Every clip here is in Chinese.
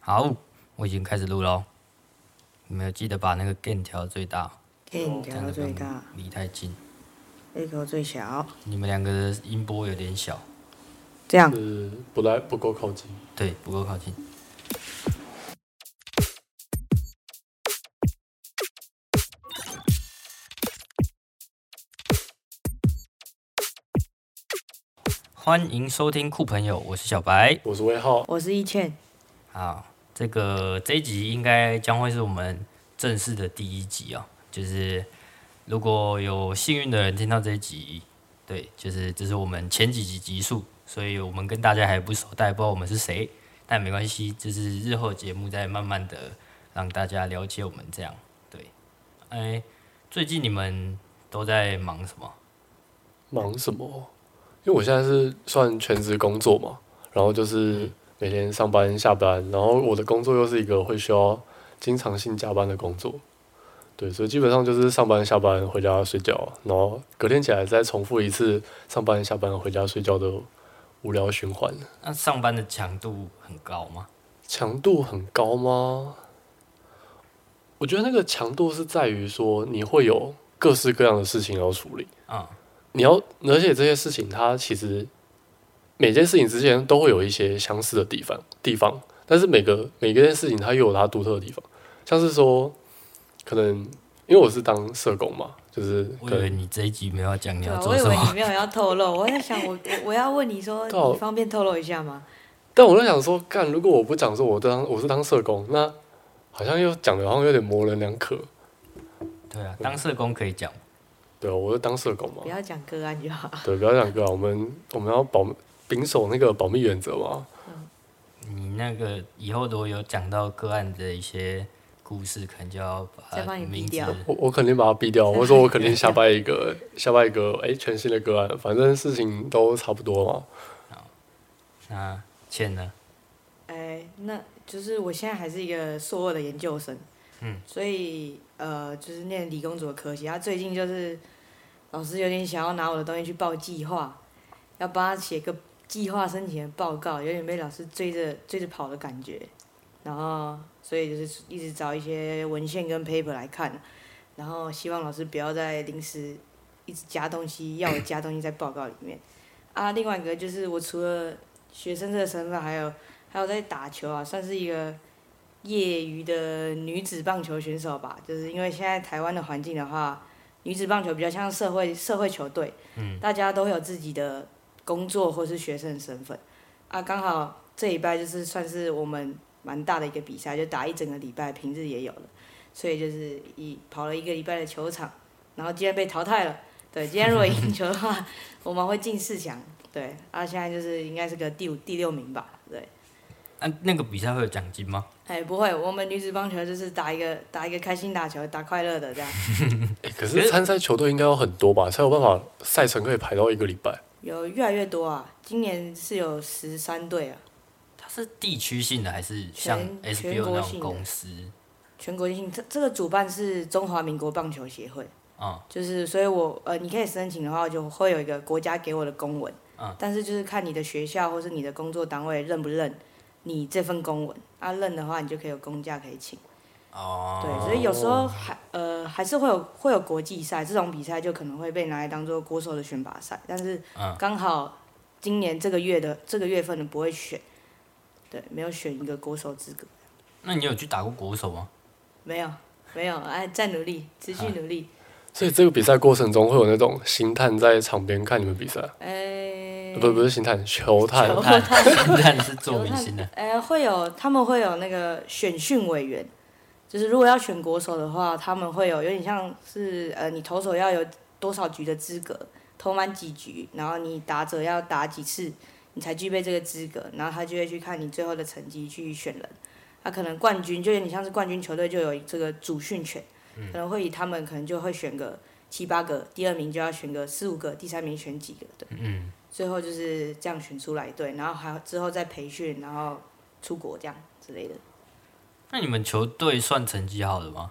好，我已经开始录喽。你们有记得把那个 gain 调最大， gain 调到最大， 离太近。 echo 最小。 你们两个的音波有点小， 这样是不够靠近。 对，不够靠近。欢迎收听酷朋友，我是小白。 我是魏浩， 我是一倩。 好，这一集应该将会是我们正式的第一集啊，就是如果有幸运的人听到这一集，对，就是这是我们前几集集数，所以我们跟大家还不熟，大家不知道我们是谁，但没关系，就是日后节目再慢慢的让大家了解我们这样。对，最近你们都在忙什么？ 忙什么？因为我现在是算全职工作嘛，然后就是每天上班下班，然后我的工作又是一个会需要经常性加班的工作，对，所以基本上就是上班下班回家睡觉，然后隔天起来再重复一次上班下班回家睡觉的无聊循环。 那上班的强度很高吗？ 强度很高吗？我觉得那个强度是在于说你会有各式各样的事情要处理，而且这些事情它其实每件事情之间都会有一些相似的地方，但是每件事情它又有它独特的地方，像是说可能因为我是当社工嘛，就是我以为你这一集没有要讲你要我以做什么。 为你没有要透露，我在想我要问你说，你方便透露一下吗？ 但我在想说，如果我不讲说我是当社工，那好像又讲的好像有点模棱两可。 对啊，当社工可以讲。 对，我是当社工嘛。 不要讲个案就好。 对，不要讲个案，我们要秉守那个保密原则嘛。 你那个以后如果有讲到个案的一些故事，可能就要把再帮你名字逼掉。 我肯定把它逼掉，或者说我肯定下拜一个全新的个案，反正事情都差不多嘛。 那倩呢？ 那就是我现在还是一个硕二的研究生，所以就是念理工组的科系。他最近就是老师有点想要拿我的东西去报计划，要帮他写个计划申请的报告，有点被老师追着跑的感觉。然后所以就是一直找一些文献跟 paper 来看，然后希望老师不要再临时一直加东西，要我加东西在报告里面。另外一个就是我除了学生这个身份，还有在打球啊，算是一个业余的女子棒球选手吧。就是因为现在台湾的环境的话，女子棒球比较像社会球队，大家都会有自己的工作或是学生的身份。刚好这礼拜就是算是我们蛮大的一个比赛，就打一整个礼拜，平日也有了，所以就是跑了一个礼拜的球场，然后今天被淘汰了。对，今天如果赢球的话，我们会进4强。对，现在就是应该是个第6名吧。对。 那个比赛会有奖金吗？ 不会，我们女子棒球就是打一个开心打球，打快乐的这样。 可是参赛球队应该有很多吧，才有办法赛程可以排到一个礼拜。 有越来越多啊，今年是有13队啊。 它是地区性的还是像 SBO 那种公司？ 全国性，这个主办是中华民国棒球协会。就是所以你可以申请的话，就会有一个国家给我的公文。但是就是看你的学校或是你的工作单位认不认你这份公文。认的话，你就可以有公假可以请。对，所以有时候还是会有国际赛，这种比赛就可能会被拿来当做国手的选拔赛，但是刚好今年这个月份的不会选，对，没有选一个国手资格。 那你有去打过国手吗？ 没有，在努力，持续努力。 所以这个比赛过程中会有那种星探在场边看你们比赛？不是星探，球探。 星探是做明星的。 他们会有那个选训委员，就是如果要选国手的话，他们会有点像是你投手要有多少局的资格，投满几局，然后你打者要打几次，你才具备这个资格，然后他就会去看你最后的成绩去选人。可能冠军就有点像是冠军球队就有这个主训权。可能会以他们可能就会选个7、8个，第2名就要选个4、5个，第3名选几个，对。最后就是这样选出来，对，然后还之后再培训，然后出国这样之类的。 那你们球队算成绩好的吗？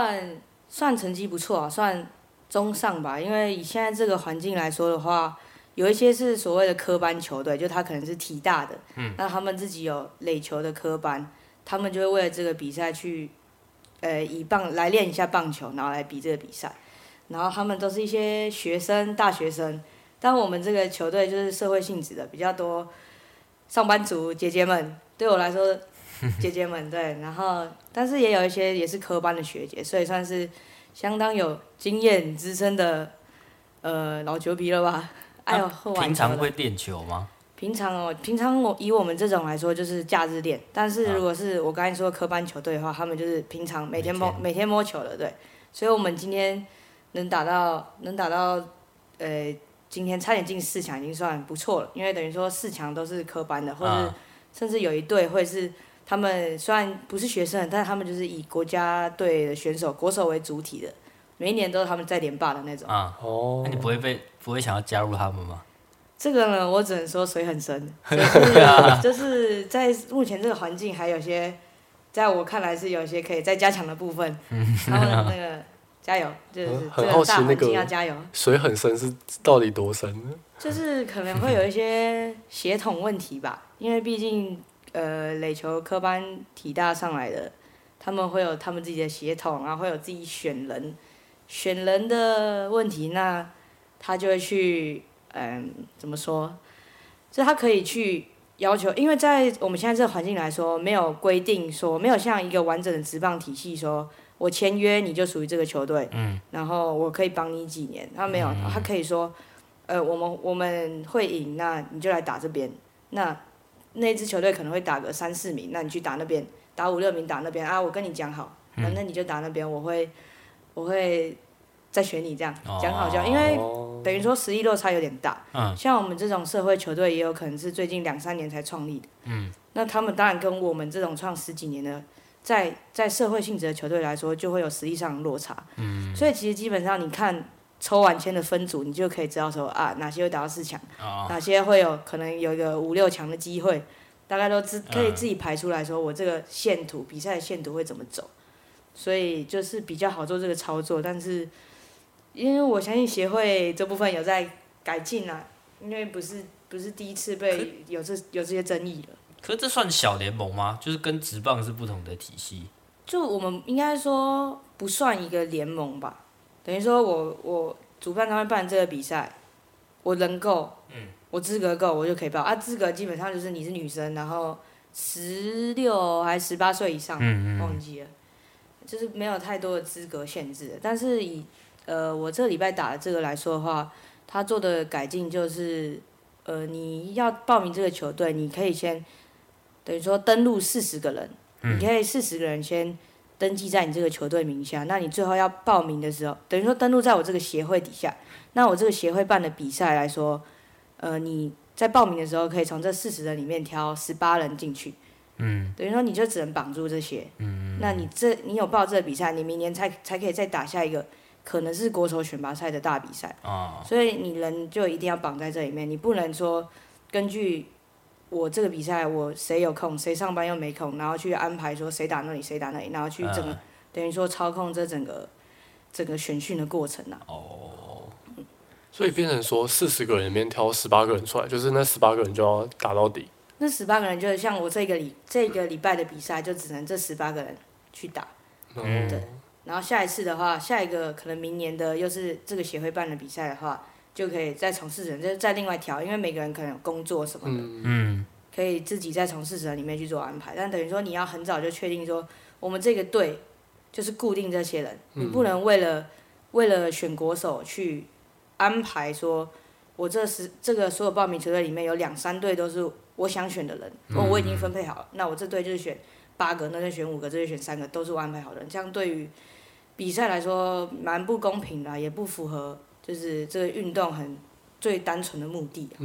算成绩不错啊，算中上吧。因为以现在这个环境来说的话， 有一些是所谓的科班球队，就他可能是体大的，那他们自己有垒球的科班，他们就会为了这个比赛去，来练一下棒球，然后来比这个比赛。然后他们都是一些学生、大学生，但我们这个球队就是社会性质的，比较多上班族姐姐们。对我来说，姐姐们对，然后但是也有一些也是科班的学姐，所以算是相当有经验资深的老球皮了吧？哎呦， 平常会练球吗？ 平常以我们这种来说就是假日练，但是如果是我刚才说的科班球队的话，他们就是平常每天摸球的，对，所以我们今天能打到今天差点进4强已经算不错了，因为等于说4强都是科班的，或者甚至有一队会是他们虽然不是学生，但是他们就是以国家队的选手国手为主体的，每一年都是他们在联霸的那种。 那你不会想要加入他们吗？ 这个呢，我只能说水很深，就是在目前这个环境，还有些在我看来是有些可以再加强的部分。他们那个加油，就是这个大环境要加油。 水很深是到底多深呢？ 就是可能会有一些血统问题吧，因为毕竟垒球科班体大上来的，他们会有他们自己的血统，然后会有自己选人的问题，那他就会去怎么说？就是他可以去要求，因为在我们现在这个环境来说，没有规定说，没有像一个完整的职棒体系说，我签约你就属于这个球队，然后我可以帮你几年，他没有，他可以说，我们会赢，那你就来打这边，那支球队可能会打个3、4名，那你去打那边，打5、6名打那边啊，我跟你讲好，那你就打那边，我会再选你这样，讲好就好，因为等于说实力落差有点大。像我们这种社会球队，也有可能是最近2、3年才创立的。那他们当然跟我们这种创10几年的，在社会性质的球队来说，就会有实力上的落差。所以其实基本上你看抽完签的分组，你就可以知道说啊，哪些会打到4强，哪些会有可能有一个5、6强的机会，大概都可以自己排出来说，我这个比赛的线图会怎么走。所以就是比较好做这个操作，但是因为我相信协会这部分有在改进啦，因为不是第一次被有这些争议了。 可是这算小联盟吗？就是跟职棒是不同的体系。 就我们应该说不算一个联盟吧，等于说我主办单位办这个比赛，我人够，我资格够，我就可以报啊。资格基本上就是你是女生，然后16还18岁以上，忘记了，就是没有太多的资格限制。但是以我这个礼拜打的这个来说的话，他做的改进就是，你要报名这个球队，你可以先等于说登录40个人，你可以40个人先登记在你这个球队名下。那你最后要报名的时候，等于说登录在我这个协会底下。那我这个协会办的比赛来说，你在报名的时候可以从这40人里面挑18人进去。等于说你就只能绑住这些。那你有报这个比赛，你明年才可以再打下一个。可能是国手选拔赛的大比赛，所以你人就一定要绑在这里面，你不能说根据我这个比赛我谁有空谁上班又没空，然后去安排说谁打那里谁打那里，然后去等于说操控这整个选训的过程啊。 所以变成说40个人里面挑18个人出来，就是那18个人就要打到底。 那18个人就是像我这个礼拜的比赛，就只能这18个人去打。对。然后下一次的话，下一个可能明年的又是这个协会办的比赛的话，就可以再从40人，就是再另外调，因为每个人可能有工作什么的，可以自己再从40人里面去做安排。但等于说你要很早就确定说，我们这个队就是固定这些人，你不能为了选国手去安排说，我这个所有报名球队里面有2、3队都是我想选的人，我已经分配好了，那我这队就是选8个，那就选5个，这就选3个，都是我安排好的人，这样对于比赛来说蛮不公平的，也不符合就是这个运动最单纯的目的。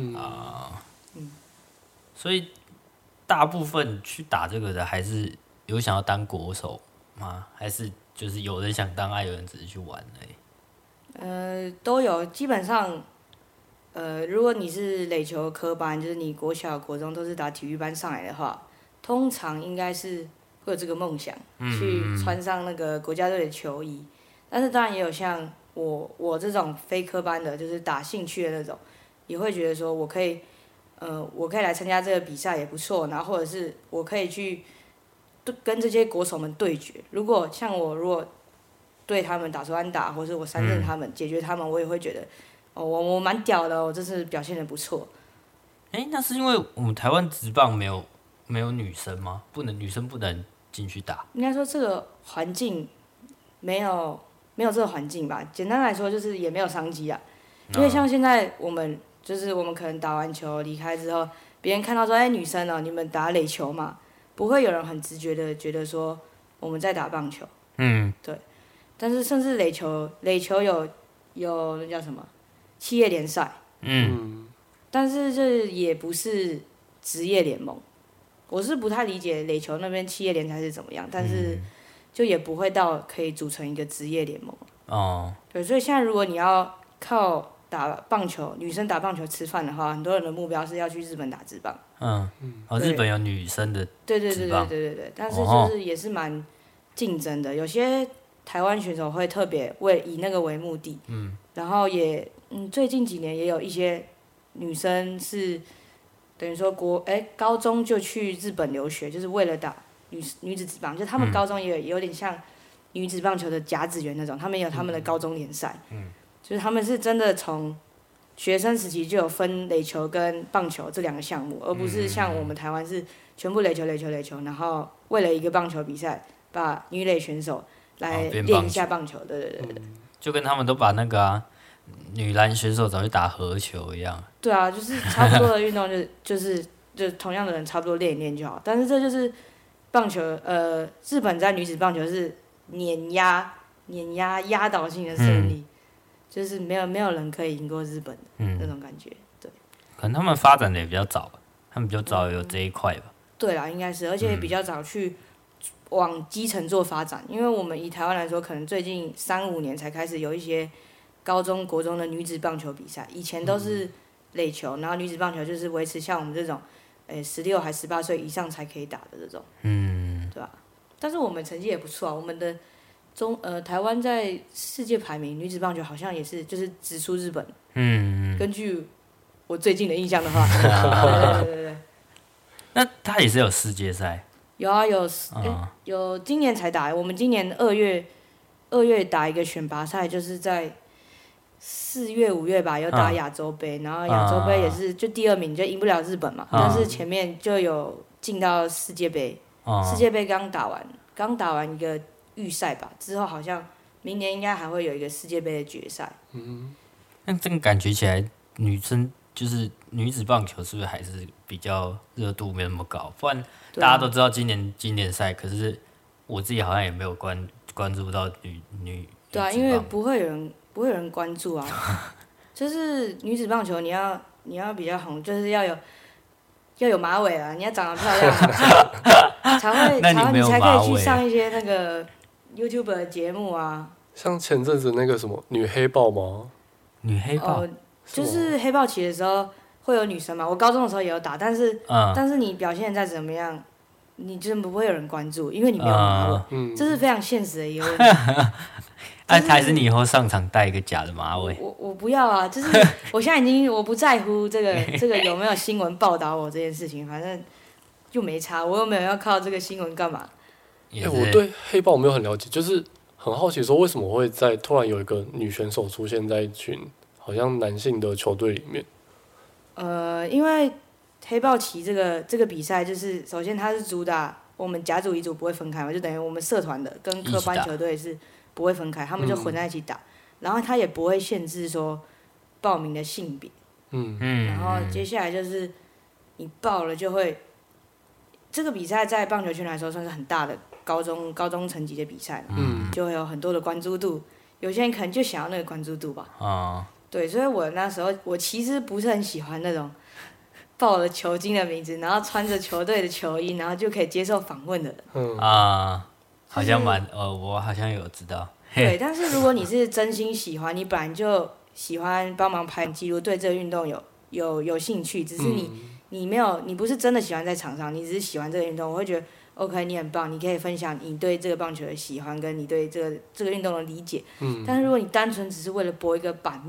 所以大部分去打这个的还是有想要当国手吗？还是就是有人想当，有人只是去玩而已？ 都有，基本上，如果你是垒球科班，就是你国小、国中都是打体育班上来的话，通常应该是会有这个梦想，去穿上那个国家队的球衣。但是当然也有像我这种非科班的，就是打兴趣的那种， 也会觉得说我可以来参加这个比赛也不错，然后或者是我可以去跟这些国手们对决。如果对他们打出安打，或是我三振他们、解决他们，我也会觉得我蛮屌的，我这次表现的不错。 那是因为我们台湾职棒没有女生吗？女生不能进去打？ 应该说这个环境没有这个环境吧。简单来说就是也没有商机啊。因为像现在我们可能打完球离开之后，别人看到说女生你们打垒球嘛，不会有人很直觉的觉得说我们在打棒球。对。但是甚至垒球有那叫什么企业联赛。但是这也不是职业联盟，我是不太理解垒球那边企业联赛是怎么样，但是就也不会到可以组成一个职业联盟。对，所以现在如果你要靠打棒球，女生打棒球吃饭的话，很多人的目标是要去日本打职棒。 日本有女生的职棒。 对，但是就是也是蛮竞争的，有些台湾选手会特别以那个为目的。然后也最近几年也有一些女生是等于说高中就去日本留学，就是为了打女子职棒，就他们高中也有点像女子棒球的甲子园那种，他们也有他们的高中联赛。就是他们是真的从学生时期就有分垒球跟棒球这两个项目，而不是像我们台湾是全部垒球，然后为了一个棒球比赛把女垒选手来练一下棒球。对。 就跟他们都把那个女篮选手找去打合球一样。 对啊，就是差不多的运动就同样的人差不多练一练就好。但是这就是棒球，日本在女子棒球是碾压压倒性的胜利。就是没有人可以赢过日本的那种感觉。对。 可能他们发展的也比较早吧，他们比较早有这一块吧。 对啦，应该是，而且比较早去往基层做发展，因为我们以台湾来说，可能最近3-5年才开始有一些高中国中的女子棒球比赛，以前都是垒球，然后女子棒球就是维持像我们这种，16还18岁以上才可以打的这种。对吧？但是我们成绩也不错啊，我们的台湾在世界排名女子棒球好像也是就是直输日本。根据我最近的印象的话。对。 那他也是有世界赛？ 有啊，有今年才打。我们今年2月打一个选拔赛，就是在4月5月吧，有打亚洲杯，然后亚洲杯也是就第2名，就赢不了日本嘛。但是前面就有进到世界杯。世界杯刚打完一个预赛吧，之后好像明年应该还会有一个世界杯的决赛。 那这个感觉起来，女生就是女子棒球是不是还是比较热度没那么高？不然大家都知道今年经典赛，可是我自己好像也没有关注到女。 对啊，因为不会有人关注啊。就是女子棒球，你要比较红，就是要有马尾啊，你要长得漂亮，你才可以去上一些那个 YouTube 的节目啊。 像前阵子那个什么女黑豹吗？ 女黑豹。 就是黑豹旗的时候会有女生嘛，我高中的时候也有打，但是你表现再怎么样，你真不会有人关注，因为你没有马尾。这是非常现实的一个问题。 还是你以后上场戴一个假的马尾？ 我不要啊，就是我现在我不在乎这个有没有新闻报道我这件事情，反正就没差，我又没有要靠这个新闻干嘛。 我对黑豹没有很了解，就是很好奇说为什么会突然有一个女选手出现在一群好像男性的球队里面。 因为黑豹旗这个比赛，就是首先它是主打我们甲组乙组不会分开嘛，就等于我们社团的跟科班球队是不会分开，他们就混在一起打。然后它也不会限制说报名的性别。然后接下来就是你报了就会，这个比赛在棒球圈来说算是很大的高中层级的比赛嘛，就会有很多的关注度。有些人可能就想要那个关注度吧。对，所以我那时候我其实不是很喜欢那种报了球经的名字，然后穿着球队的球衣，然后就可以接受访问的人。 好像我好像有知道。 对，但是如果你是真心喜欢，你本来就喜欢帮忙拍记录，对这个运动有兴趣，只是你不是真的喜欢在场上，你只是喜欢这个运动，我会觉得 OK， 你很棒，你可以分享你对这个棒球的喜欢，跟你对这个运动的理解。但是如果你单纯只是为了博一个版面，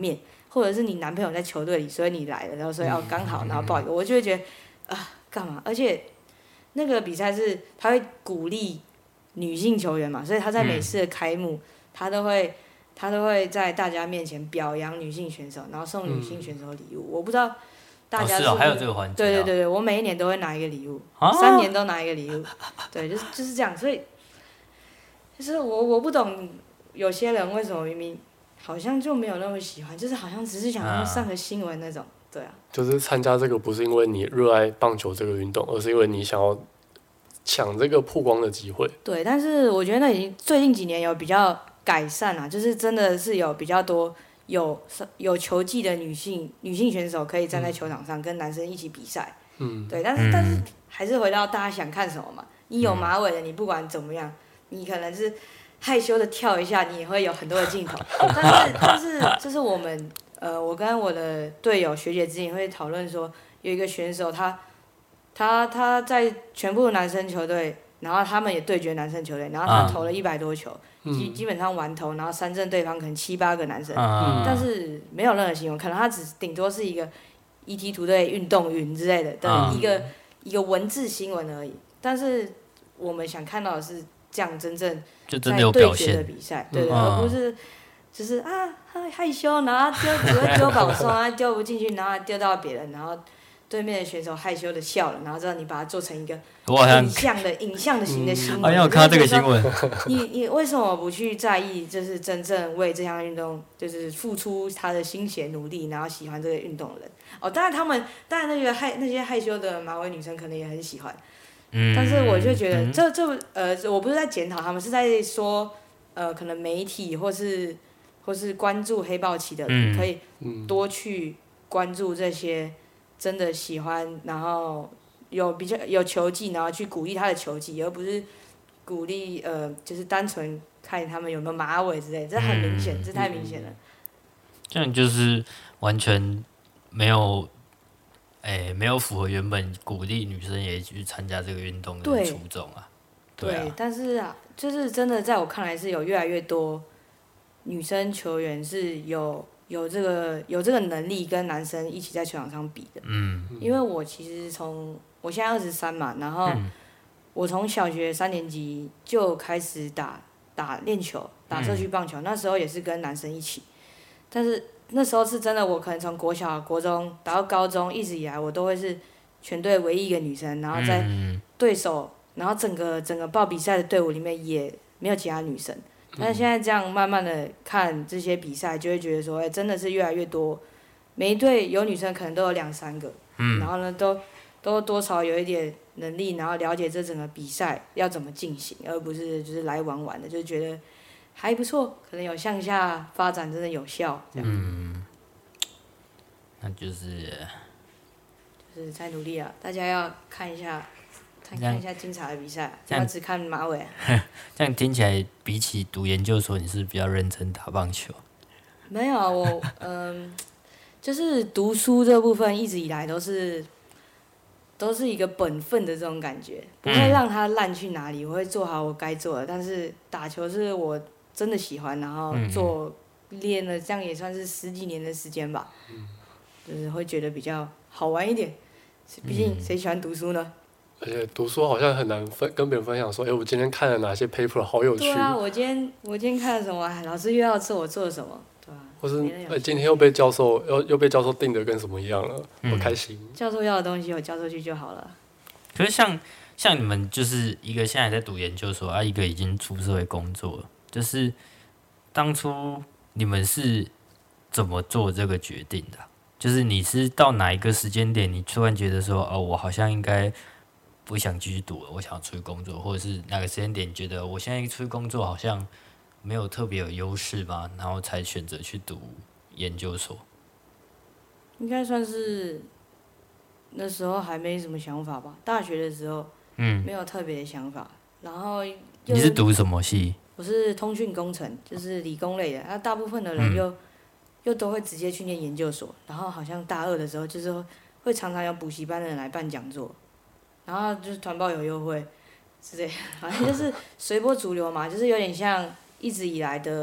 或者是你男朋友在球队里，所以你来了，然后所以刚好，然后报一个，我就会觉得干嘛？而且那个比赛是他会鼓励女性球员嘛，所以他在每次的开幕，他都会在大家面前表扬女性选手，然后送女性选手礼物。我不知道大家还有这个环节。 对，我每一年都会拿一个礼物，3年都拿一个礼物。对，就是这样，所以就是我不懂有些人为什么明明好像就没有那么喜欢，就是好像只是想要上个新闻那种。对啊。 就是参加这个不是因为你热爱棒球这个运动，而是因为你想要抢这个曝光的机会。 对，但是我觉得那已经最近几年有比较改善啦，就是真的是有比较多有球技的女性选手可以站在球场上跟男生一起比赛。对，但是还是回到大家想看什么嘛？你有马尾的，你不管怎么样，你可能是害羞的跳一下，你也会有很多的镜头。但是就是我们我跟我的队友学姐之前会讨论说，有一个选手他在全部男生球队，然后他们也对决男生球队，然后他投了100多球，基本上完投，然后3阵对方可能7、8个男生，但是没有任何新闻，可能他顶多是一个 ET 图队运动云之类的一个文字新闻而已。但是我们想看到的是这样真正在对决的比赛，对，而不是就是害羞，然后只会丢保送啊，丢不进去，然后丢到别人，然后对面的选手害羞的笑了，然后之后你把它做成一个影像的型的新闻。 我看到这个新闻。 你为什么不去在意，就是真正为这项运动就是付出他的心血努力，然后喜欢这个运动的人？当然那些害羞的马尾女生可能也很喜欢。但是我就觉得我不是在检讨他们，是在说可能媒体或是关注黑豹旗的人可以多去关注这些真的喜欢，然后比较有球技，然后去鼓励他的球技，而不是鼓励就是单纯看他们有没有马尾之类的，这很明显，这太明显了。 这样就是完全没有符合原本鼓励女生也去参加这个运动的初衷啊。 对，但是就是真的在我看来是有越来越多女生球员是有这个能力跟男生一起在球场上比的。因为我其实我现在23嘛，然后我从小学3年级就开始打练球，打社区棒球，那时候也是跟男生一起，但是那时候是真的，我可能从国小、国中打到高中，一直以来我都会是全队唯一一个女生，然后在对手，然后整个报比赛的队伍里面也没有其他女生。但是现在这样慢慢的看这些比赛，就会觉得说，真的是越来越多，每一队有女生可能都有2、3个，然后呢都多少有一点能力，然后了解这整个比赛要怎么进行，而不是就是来玩玩的，就觉得还不错，可能有向下发展，真的有效，这样。 那就是在努力啊，大家要看一下精彩的比赛，不要只看马尾。 这样听起来，比起读研究所，你是比较认真打棒球？ 没有，我就是读书这部分一直以来都是一个本分的这种感觉，不会让它烂去哪里，我会做好我该做的。但是打球是我真的喜欢，然后练了这样也算是10几年的时间吧，就是会觉得比较好玩一点。毕竟谁喜欢读书呢？ 而且读书好像很难跟别人分享说，我今天看了哪些 paper 好有趣。 对啊，我今天看了什么？老师又要测我做了什么？对啊。 或是今天又被教授定的跟什么一样了，好开心。 教授要的东西我交出去就好了。 可是像你们就是一个现在在读研究所一个已经出社会工作了，就是当初你们是怎么做这个决定的？就是你是到哪一个时间点，你突然觉得说，我好像应该不想继续读了，我想要出去工作，或者是哪个时间点觉得我现在出去工作好像没有特别有优势吧，然后才选择去读研究所？ 应该算是那时候还没什么想法吧，大学的时候没有特别的想法。然后你是读什么系？ 我是通讯工程，就是理工类的。大部分的人又都会直接去念研究所，然后好像大2的时候就是会常常有补习班的人来办讲座，然后就是团报有优惠之类的，反正就是随波逐流嘛，就是有点像一直以来的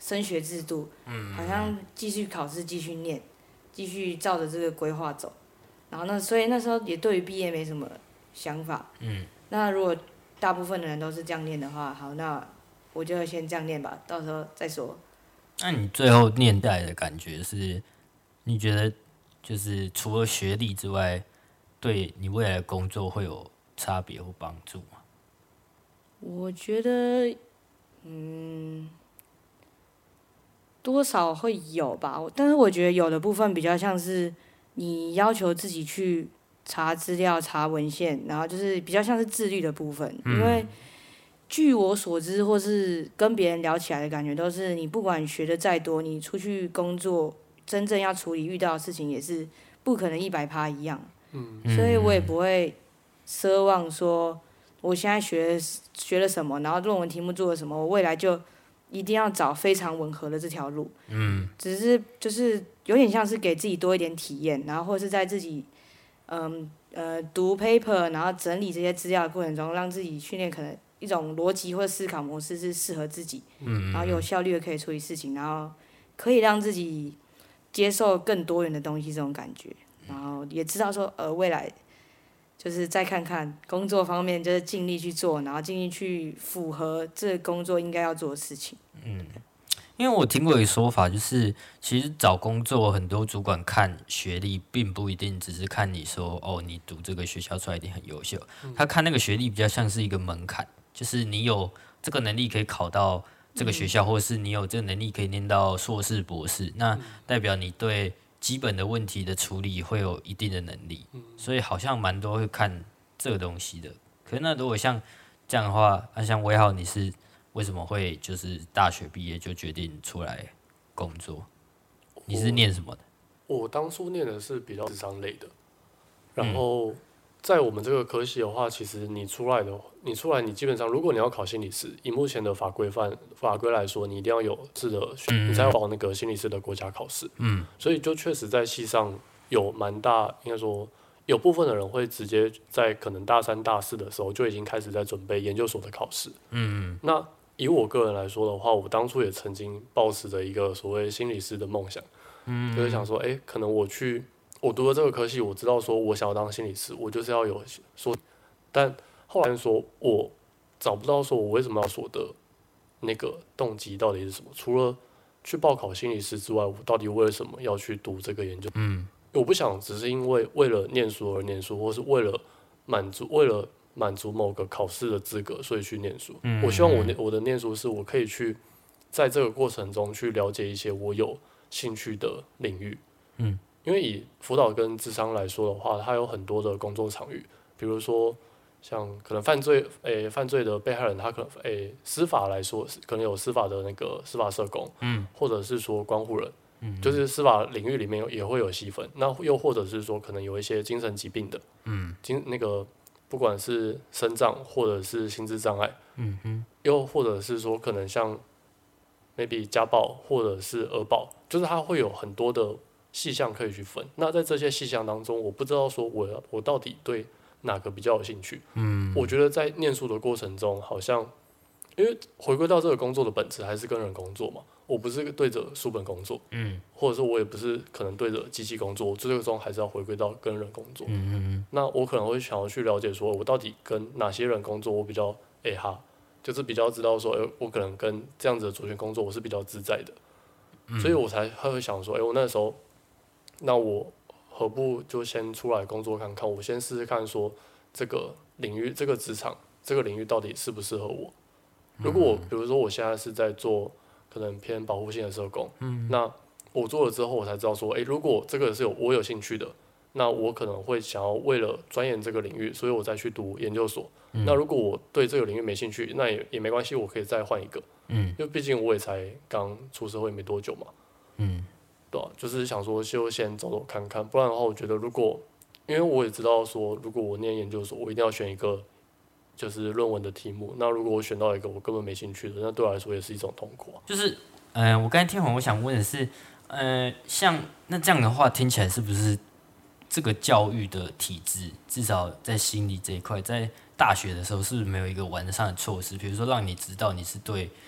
升学制度，好像继续考试、继续念、继续照着这个规划走。然后所以那时候也对于毕业没什么想法。那如果大部分的人都是这样念的话，好，那我就先这样念吧，到时候再说。 那你最后念下来的感觉是，你觉得就是除了学历之外，对你未来的工作会有差别或帮助吗？ 我觉得，多少会有吧，但是我觉得有的部分比较像是你要求自己去查资料、查文献，然后就是比较像是自律的部分。因为据我所知，或是跟别人聊起来的感觉，都是你不管学的再多，你出去工作，真正要处理遇到的事情也是不可能100%一样。所以我也不会奢望说，我现在学了什么，然后论文题目做了什么，我未来就一定要找非常吻合的这条路。只是就是有点像是给自己多一点体验，然后或是在自己读 paper， 然后整理这些资料的过程中，让自己训练可能一种逻辑或思考模式是适合自己，然后有效率的可以处理事情，然后可以让自己接受更多元的东西这种感觉，然后也知道说未来就是再看看工作方面，就是尽力去做，然后尽力去符合这个工作应该要做的事情。 因为我听过一个说法，就是其实找工作很多主管看学历，并不一定只是看你说你读这个学校出来一定很优秀，他看那个学历比较像是一个门槛，就是你有这个能力可以考到这个学校，或者是你有这个能力可以念到硕士、博士，那代表你对基本的问题的处理会有一定的能力，所以好像蛮多会看这个东西的。可是那如果像这样的话，像威浩你是为什么会就是大学毕业就决定出来工作？你是念什么的？ 我当初念的是比较智商类的，然后在我们这个科系的话，其实你出来你基本上，如果你要考心理师，以目前的法规来说，你一定要有你才要报那个心理师的国家考试。所以就确实在系上有蛮大，应该说有部分的人会直接在可能大3、大4的时候就已经开始在准备研究所的考试。那以我个人来说的话，我当初也曾经抱持着一个所谓心理师的梦想，就是想说，可能我读了这个科系，我知道说我想要当心理师，我就是要有说，但后来说我找不到说我为什么要说的那个动机到底是什么，除了去报考心理师之外，我到底为什么要去读这个研究？我不想只是因为了念书而念书，或是为了满足某个考试的资格，所以去念书。我希望我的念书是我可以去在这个过程中去了解一些我有兴趣的领域。因为以辅导跟諮商来说的话，它有很多的工作场域，比如说像可能犯罪的被害人，他可能司法来说可能有司法的那个司法社工，或者是说关护人，就是司法领域里面也会有细分。那又或者是说可能有一些精神疾病的，那个不管是身障或者是心智障碍，又或者是说可能像 maybe 家暴或者是儿保，就是它会有很多的细项可以去分。那在这些细项当中，我不知道说我到底对哪个比较有兴趣。我觉得在念书的过程中，好像因为回归到这个工作的本质还是跟人工作嘛，我不是对着书本工作，或者说我也不是可能对着机器工作，我最终还是要回归到跟人工作。那我可能会想要去了解说，我到底跟哪些人工作，我比较就是比较知道说，我可能跟这样子的族群工作，我是比较自在的，所以我才会想说，我那时候，那我何不就先出来工作看看？我先试试看说这个领域、这个职场、这个领域到底适不适合我？如果比如说我现在是在做可能偏保护性的社工，那我做了之后，我才知道说，如果这个是我有兴趣的，那我可能会想要为了钻研这个领域，所以我再去读研究所。那如果我对这个领域没兴趣，那也没关系，我可以再换一个。因为毕竟我也才刚出社会没多久嘛。对啊，就是想说就先走走看看，不然的话，我觉得因为我也知道说，如果我念研究所，我一定要选一个就是论文的题目。那如果我选到一个我根本没兴趣的，那对我来说也是一种痛苦啊。 就是我刚才听完，我想问的是，像那这样的话，听起来是不是这个教育的体制，至少在心理这一块，在大学的时候，是不是没有一个完善的措施？比如说，让你知道你是对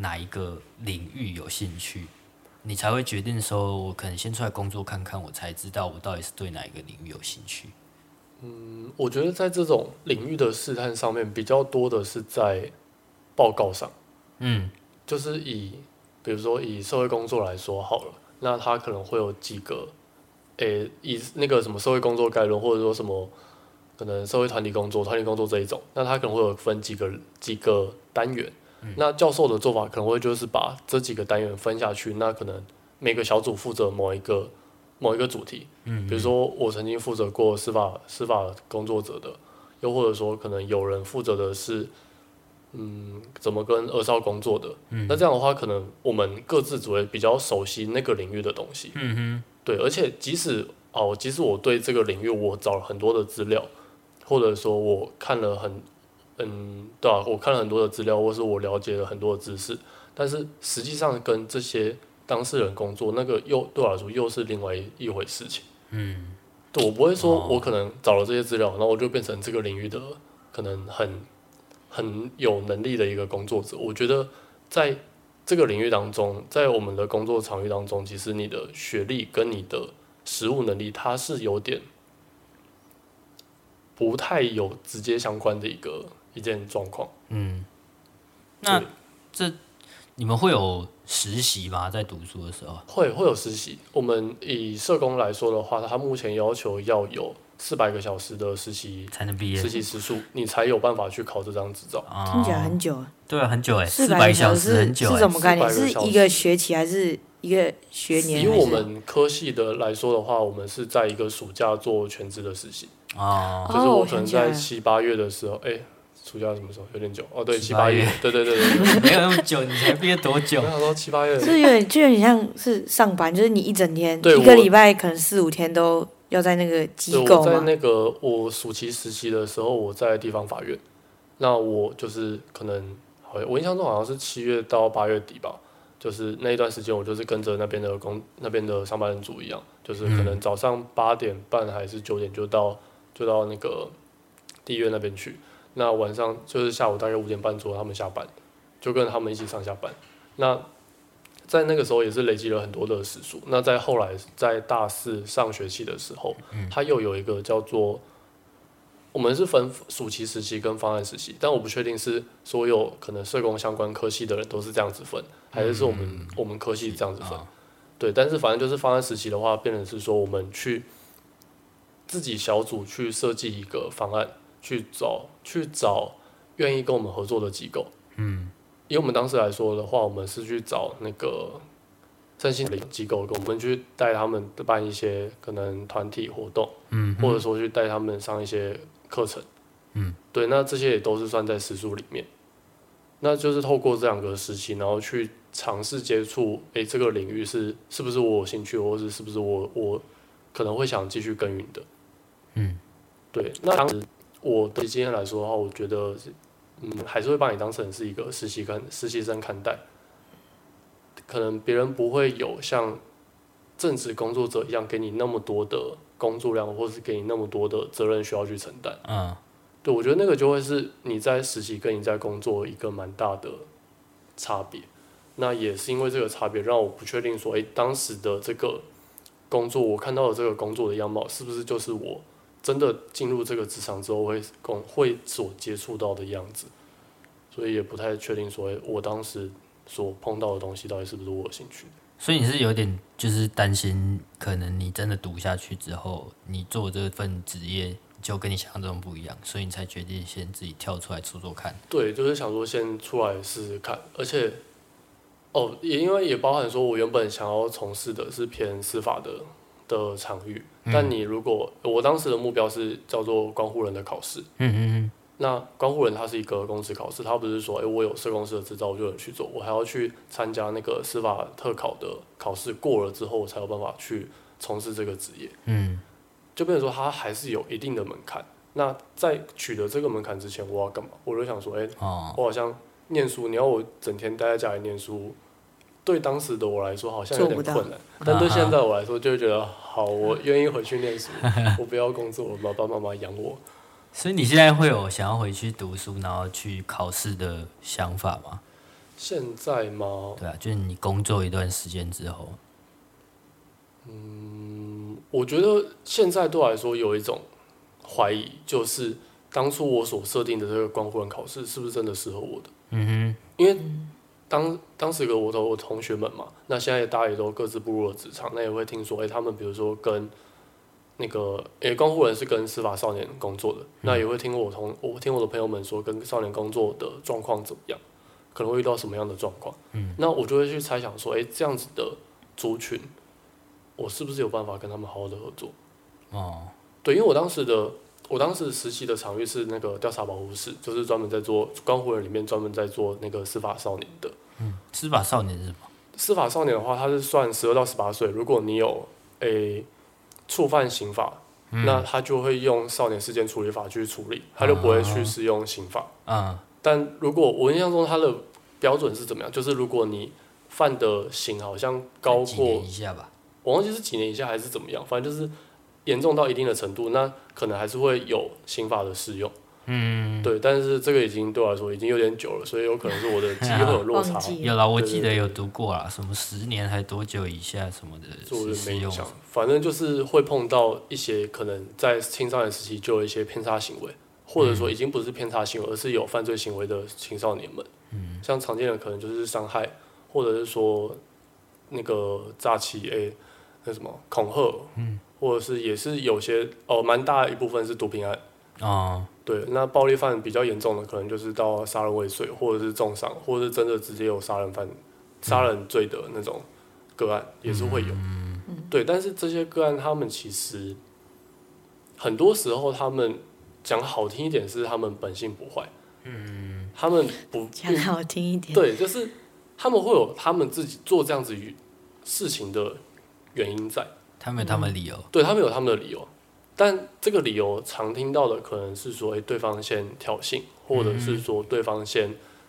哪一个领域有兴趣，你才会决定说，我可能先出来工作看看，我才知道我到底是对哪一个领域有兴趣。 我觉得在这种领域的试探上面，比较多的是在报告上。就是比如说以社会工作来说好了，那它可能会有几个，以那个什么社会工作概论，或者说什么可能社会团体工作这一种，那它可能会有分几个单元。那教授的做法可能会就是把这几个单元分下去，那可能每个小组负责某一个主题。比如说我曾经负责过司法工作者的，又或者说可能有人负责的是怎么跟儿少工作的。那这样的话，可能我们各自只会比较熟悉那个领域的东西。对，而且即使我对这个领域我找了很多的资料，或者说我看了我看了很多的资料，或是我了解了很多的知识，但是实际上跟这些当事人工作，那个对我来说又是另外一回事情。对，我不会说我可能找了这些资料，然后我就变成这个领域的可能很有能力的一个工作者。我觉得在这个领域当中，在我们的工作场域当中，其实你的学历跟你的实务能力，它是有点不太有直接相关的一件状况。 那你们会有实习吗？在读书的时候会有实习。我们以社工来说的话，他目前要求要有400个小时的实习才能毕业， 实习时数，你才有办法去考这张执照。 听起来很久啊。 对啊，很久 400 小时很久是什么概念？是一个学期还是一个学年？ 以我们科系的来说的话，我们是在一个暑假做全职的实习。就是我可能在7、8月的时候，暑假什么时候？有点久哦，对，7、8月，对， 没有那么久，你才毕业多久？ 我想说7、8月， 是有点像是上班，就是你一整天，一个礼拜可能4、5天都要在那个机构吗？ 我在那个我暑期实习的时候，我在地方法院，那我就是可能我印象中好像是7月到8月底吧，就是那一段时间我就是跟着那边的上班人组一样，就是可能早上8点半还是9点就到那个地院那边去。那晚上就是下午大概5点半左右他们下班，就跟他们一起上下班。那在那个时候也是累积了很多的时数。那在后来在大4上学期的时候，他又有一个叫做我们是分暑期实习跟方案实习，但我不确定是所有可能社工相关科系的人都是这样子分，还是我们科系这样子分。对，但是反正就是方案实习的话，变成是说我们去自己小组去设计一个方案。去找愿意跟我们合作的机构。以我们当时来说的话，我们是去找那个身心灵机构，我们去带他们办一些可能团体活动，或者说去带他们上一些课程。对，那这些也都是算在时数里面。那就是透过这2个时期，然后去尝试接触，这个领域是不是我有兴趣，或是不是我可能会想继续耕耘的。对，那当时。我的经验来说的话，我觉得，还是会把你当成是一个实习生看待。可能别人不会有像正职工作者一样给你那么多的工作量，或是给你那么多的责任需要去承担。对，我觉得那个就会是你在实习跟你在工作一个蛮大的差别。那也是因为这个差别，让我不确定说，当时的这个工作，我看到的这个工作的样貌，是不是就是我真的进入这个职场之后会所接触到的样子，所以也不太确定说，我当时所碰到的东西到底是不是我有兴趣的。 所以你是有点就是担心，可能你真的读下去之后，你做这份职业就跟你想象中不一样，所以你才决定先自己跳出来做做看。 对，就是想说先出来试试看，而且也因为也包含说我原本想要从事的是偏司法的场域，但你如果我当时的目标是叫做关护人的考试。那关护人它是一个公职考试，它不是说我有社工师的执照我就能去做，我还要去参加那个司法特考的考试，过了之后我才有办法去从事这个职业。就变成说它还是有一定的门槛。那在取得这个门槛之前，我要干嘛？我就想说，我好像念书，你要我整天待在家里念书，对当时的我来说好像有点困难，但对现在我来说就会觉得好，我愿意回去念书，我不要工作，我爸爸妈妈养我。 所以你现在会有想要回去读书，然后去考试的想法吗？ 现在吗？ 对啊，就是你工作一段时间之后。 我觉得现在对我来说有一种怀疑，就是当初我所设定的这个关护人考试是不是真的适合我的？因为当时有我同学们嘛，那现在大家也都各自步入了职场，那也会听说，他们比如说跟那个，关护人是跟司法少年工作的，那也会听我的朋友们说，跟少年工作的状况怎么样，可能会遇到什么样的状况。那我就会去猜想说，这样子的族群，我是不是有办法跟他们好好的合作？对，因为我当时实习的场域是那个调查保护室，就是专门在做关护人里面专门在做那个司法少年的。 司法少年是什么？ 司法少年的话，他是算12到18岁，如果你有触犯刑法，那他就会用少年事件处理法去处理，他就不会去适用刑法。但如果我印象中他的标准是怎么样，就是如果你犯的刑好像高过几年以下吧， 我忘记是几年以下还是怎么样，反正就是严重到一定的程度，那可能还是会有刑法的适用。对，但是这个已经对我来说已经有点久了，所以有可能是我的记忆会有落差。 有啦，我记得有读过啦，什么10年还多久以下什么的， 我没印象。反正就是会碰到一些可能在青少年时期就有一些偏差行为，或者说已经不是偏差行为，而是有犯罪行为的青少年们。像常见的可能就是伤害，或者是说那个诈欺，那什么恐吓，或者是也是有些蛮大一部分是毒品案。对，那暴力犯比较严重的，可能就是到杀人未遂，或者是重伤，或者是真的直接有杀人罪的那种个案，也是会有。对，但是这些个案，他们其实很多时候，他们讲好听一点是他们本性不坏，他们不讲好听一点， 对，就是他们会有他们自己做这样子事情的原因在， 他们有他们的理由， 对他们有他们的理由。但这个理由常听到的可能是说，对方先挑衅，或者是说对方先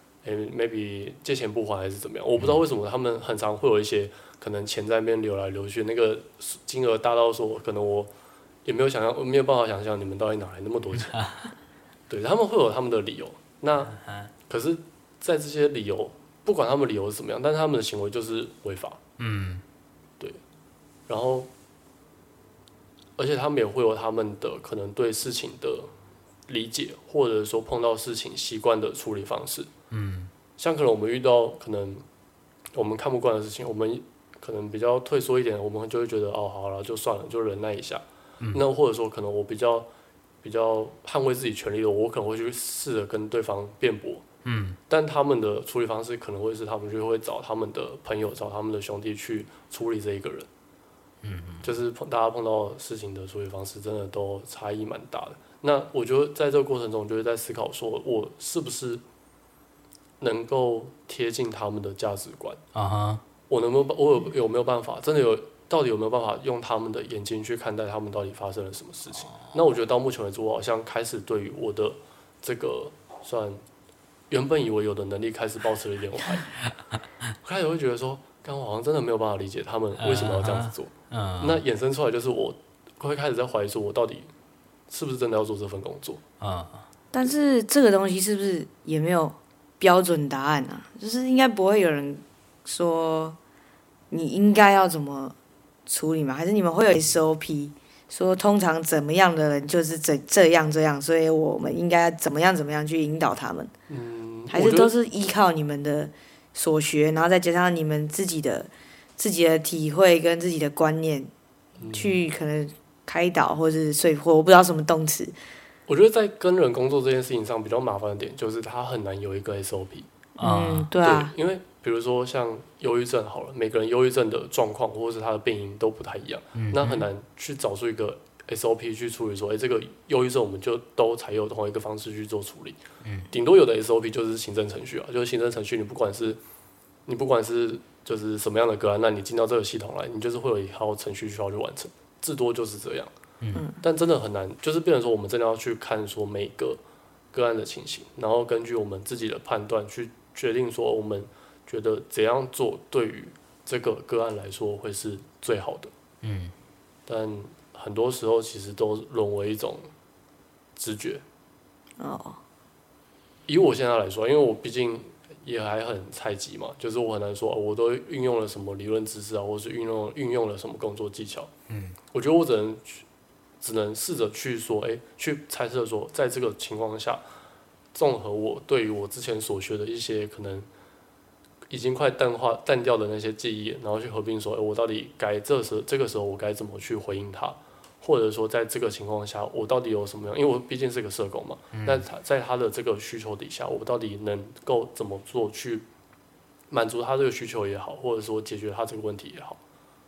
，maybe 借钱不还还是怎么样，我不知道为什么他们很常会有一些可能钱在那边流来流去，那个金额大到说，可能我也没有办法想象你们到底哪来那么多钱。对，他们会有他们的理由，那可是，在这些理由，不管他们理由是怎么样，但是他们的行为就是违法。对，然后。而且他们也会有他们的可能对事情的理解，或者说碰到事情习惯的处理方式。像可能我们遇到可能我们看不惯的事情，我们可能比较退缩一点，我们就会觉得好了就算了，就忍耐一下。那或者说可能我比较捍卫自己权利的，我可能会去试着跟对方辩驳。但他们的处理方式可能会是他们就会找他们的朋友、找他们的兄弟去处理这一个人。就是大家碰到事情的处理方式，真的都差异蛮大的。那我觉得在这个过程中，我就会在思考说，我是不是能够贴近他们的价值观？我有没有办法？真的到底有没有办法用他们的眼睛去看待他们到底发生了什么事情？那我觉得到目前为止，我好像开始对于我的这个原本以为有的能力，开始抱持了一点怀疑。我开始会觉得说，我好像真的没有办法理解他们为什么要这样子做。那衍生出来就是我会开始在怀疑说，我到底是不是真的要做这份工作？ 但是这个东西是不是也没有标准答案啊？就是应该不会有人说你应该要怎么处理嘛？还是你们会有 SOP 说通常怎么样的人就是这样，所以我们应该怎么样去引导他们？还是都是依靠你们的所学，然后再加上你们自己的体会跟自己的观念，去可能开导或是说服，我不知道什么动词。 我觉得在跟人工作这件事情上比较麻烦的点，就是他很难有一个 SOP。 对啊， 因为比如说像忧郁症好了，每个人忧郁症的状况或者是他的病因都不太一样，那很难去找出一个 SOP 去处理说，这个忧郁症我们就都采用同一个方式去做处理。顶多有的 SOP 就是行政程序啊，就是行政程序你不管是就是什么样的个案，那你进到这个系统来，你就是会有一套程序需要去完成，至多就是这样。但真的很难，就是变成说我们真的要去看说每个个案的情形，然后根据我们自己的判断去决定说我们觉得怎样做对于这个个案来说会是最好的。但很多时候其实都沦为一种直觉。以我现在来说，因为我毕竟也还很菜鸡嘛，就是我很难说，我都运用了什么理论知识啊，或是运用了什么工作技巧。我觉得我只能试着去说，去猜测说，在这个情况下，综合我对于我之前所学的一些可能已经快淡掉的那些记忆，然后去合并说，我到底这个时候我该怎么去回应他，或者说在这个情况下，我到底有什么样？因为我毕竟是个社工嘛，那在他的这个需求底下，我到底能够怎么做去满足他这个需求也好，或者说解决他这个问题也好。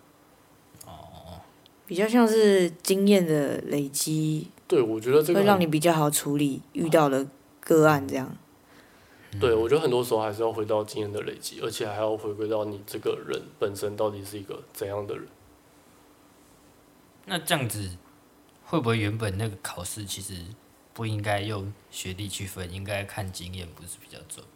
比较像是经验的累积， 对，我觉得这个会让你比较好处理遇到的个案这样。 对，我觉得很多时候还是要回到经验的累积，而且还要回归到你这个人本身到底是一个怎样的人。 那这样子会不会原本那个考试其实不应该用学历去分，应该看经验，不是比较准？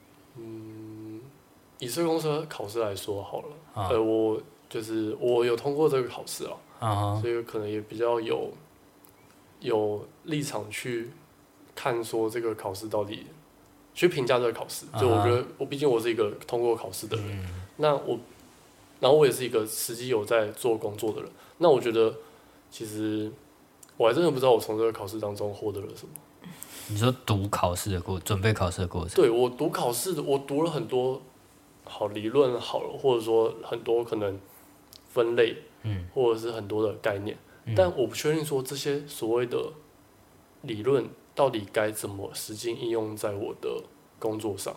以社工师考试来说好了，我有通过这个考试啊，所以可能也比较有立场去看说这个考试到底去评价这个考试。就我觉得毕竟我是一个通过考试的人，然后我也是一个实际有在做工作的人。那我觉得其实我还真的不知道我从这个考试当中获得了什么。 你说准备考试的过程？ 对，我读考试，我读了很多好理论好了，或者说很多可能分类，或者是很多的概念，但我不确定说这些所谓的理论到底该怎么实际应用在我的工作上。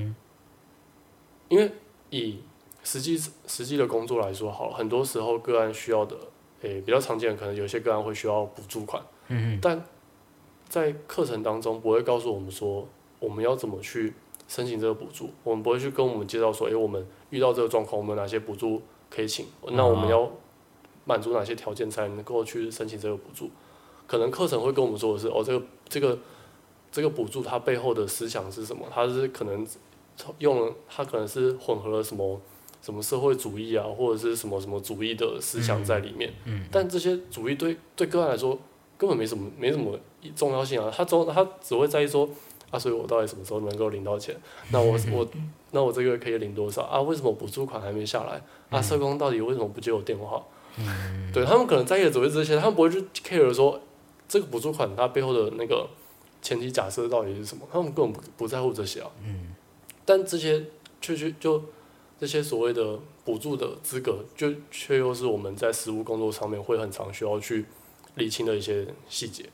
因为以实际的工作来说好了，很多时候个案需要的，比较常见的可能有些个案会需要补助款，但在课程当中不会告诉我们说我们要怎么去申请这个补助，我们不会去跟我们介绍说，我们遇到这个状况，我们有哪些补助可以请，那我们要满足哪些条件才能够去申请这个补助。可能课程会跟我们说的是，这个补助它背后的思想是什么？它是可能它可能是混合了什么社会主义啊，或者是什么主义的思想在里面。但这些主义对个案来说根本没什么重要性啊，他只会在意说所以我到底什么时候能够领到钱？那我这个可以领多少啊？为什么补助款还没下来？社工到底为什么不接我电话？对，他们可能在意的只会这些，他们不会去 care 说这个补助款它背后的那个前提假设到底是什么，他们根本不在乎这些啊。但这些就这些所谓的补助的资格，却又是我们在实务工作上面会很常需要去理清的一些细节。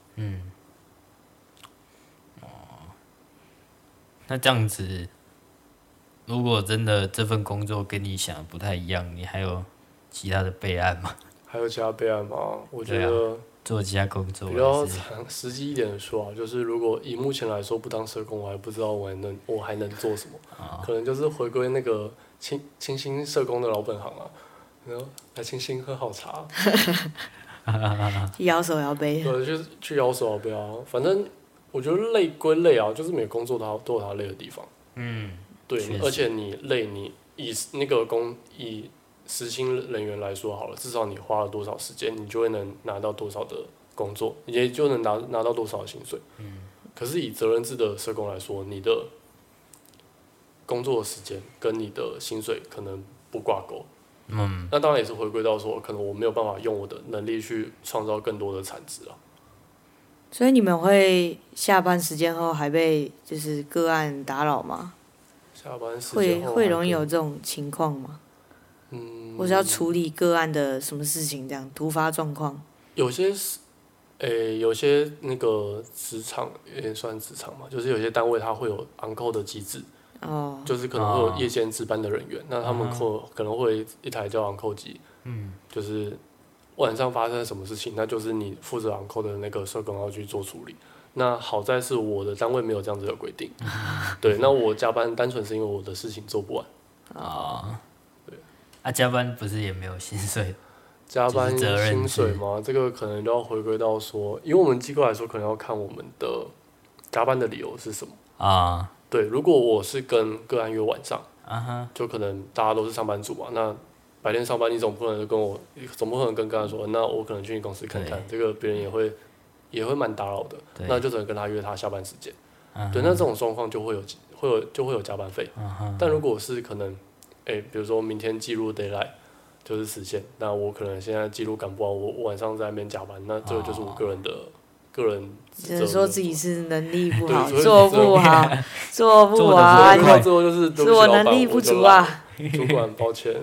那这样子，如果真的这份工作跟你想的不太一样，你还有其他的备案吗？ 还有其他备案吗？我觉得做其他工作比较实际一点的说就是如果以目前来说不当社工，我还不知道我还能做什么，可能就是回归那个清新社工的老本行啊，然后来清新喝好茶， 摇手摇杯， 对，就是去摇手摇杯啊。反正我觉得累归累啊，就是每个工作都有它累的地方。对，而且你累，你以实薪人员来说好了，至少你花了多少时间，你就会能拿到多少的工作，也就能拿到多少的薪水。可是以责任制的社工来说，你的工作的时间跟你的薪水可能不挂钩。那当然也是回归到说，可能我没有办法用我的能力去创造更多的产值啊。 所以你们会下班时间后还被就是个案打扰吗？ 下班时间后会容易有这种情况吗？或是要处理个案的什么事情，这样突发状况？有些那个职场也算职场嘛，就是有些单位它会有 on call 的机制，就是可能会有夜间值班的人员，那他们可能会一台叫 on call 机，就是晚上发生什么事情，那就是你负责 on call 的那个社工要去做处理。那好在是我的单位没有这样子的规定，对，那我加班单纯是因为我的事情做不完。 加班不是也没有薪水？ 加班薪水吗？这个可能都要回归到说，以我们机构来说，可能要看我们的加班的理由是什么。对，如果我是跟个案约晚上，就可能大家都是上班族嘛，那白天上班你总不可能跟个案说，那我可能去你公司看看，这个别人也会蛮打扰的，那就只能跟他约他下班时间。 对，那这种状况就会有加班费。但如果是可能，比如说明天记录 deadline 就是实现，那我可能现在记录赶不完，我晚上在那边加班，那这个就是我个人只能说自己是能力不好，做不好，做不完，到最后就是是我能力不足啊。 主管，抱歉。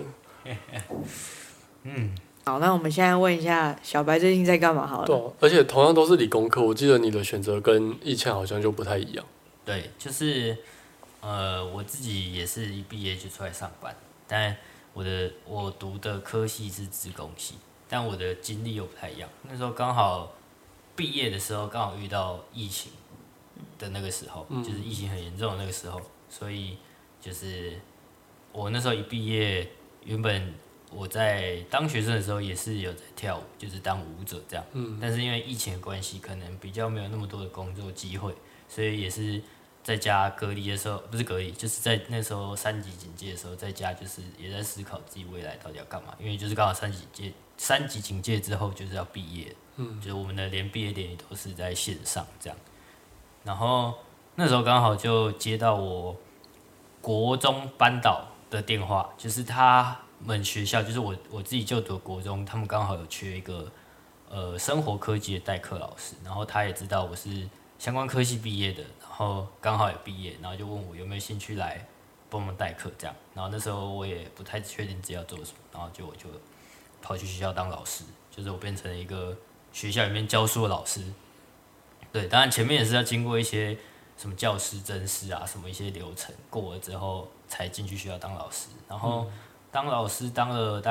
好，那我们现在问一下小白最近在干嘛好了。 对而且同样都是理工科，我记得你的选择跟以前好像就不太一样。 对，就是我自己也是一毕业就出来上班，但我读的科系是资工系，但我的经历又不太一样。那时候刚好毕业的时候，刚好遇到疫情的那个时候，就是疫情很严重的那个时候，所以就是我那时候一毕业，原本我在当学生的时候也是有在跳舞，就是当舞者这样。但是因为疫情的关系，可能比较没有那么多的工作机会，所以也是在家隔离的时候，不是隔离，就是在那时候3级警戒的时候，在家就是也在思考自己未来到底要干嘛。因为就是刚好3级警戒之后就是要毕业，就是我们的连毕业典礼都是在线上这样。然后那时候刚好就接到我国中班导的电话，就是他们学校，就是我自己就读的国中，他们刚好有缺一个生活科技的代课老师，然后他也知道我是相关科系毕业的，然后刚好也毕业，然后就问我有没有兴趣来帮忙代课这样。然后那时候我也不太确定自己要做什么，然后我就跑去学校当老师，就是我变成了一个学校里面教书的老师。对，当然前面也是要经过一些什么教师甄试啊，什么一些流程过了之后才进去学校当老师。然后当老师当了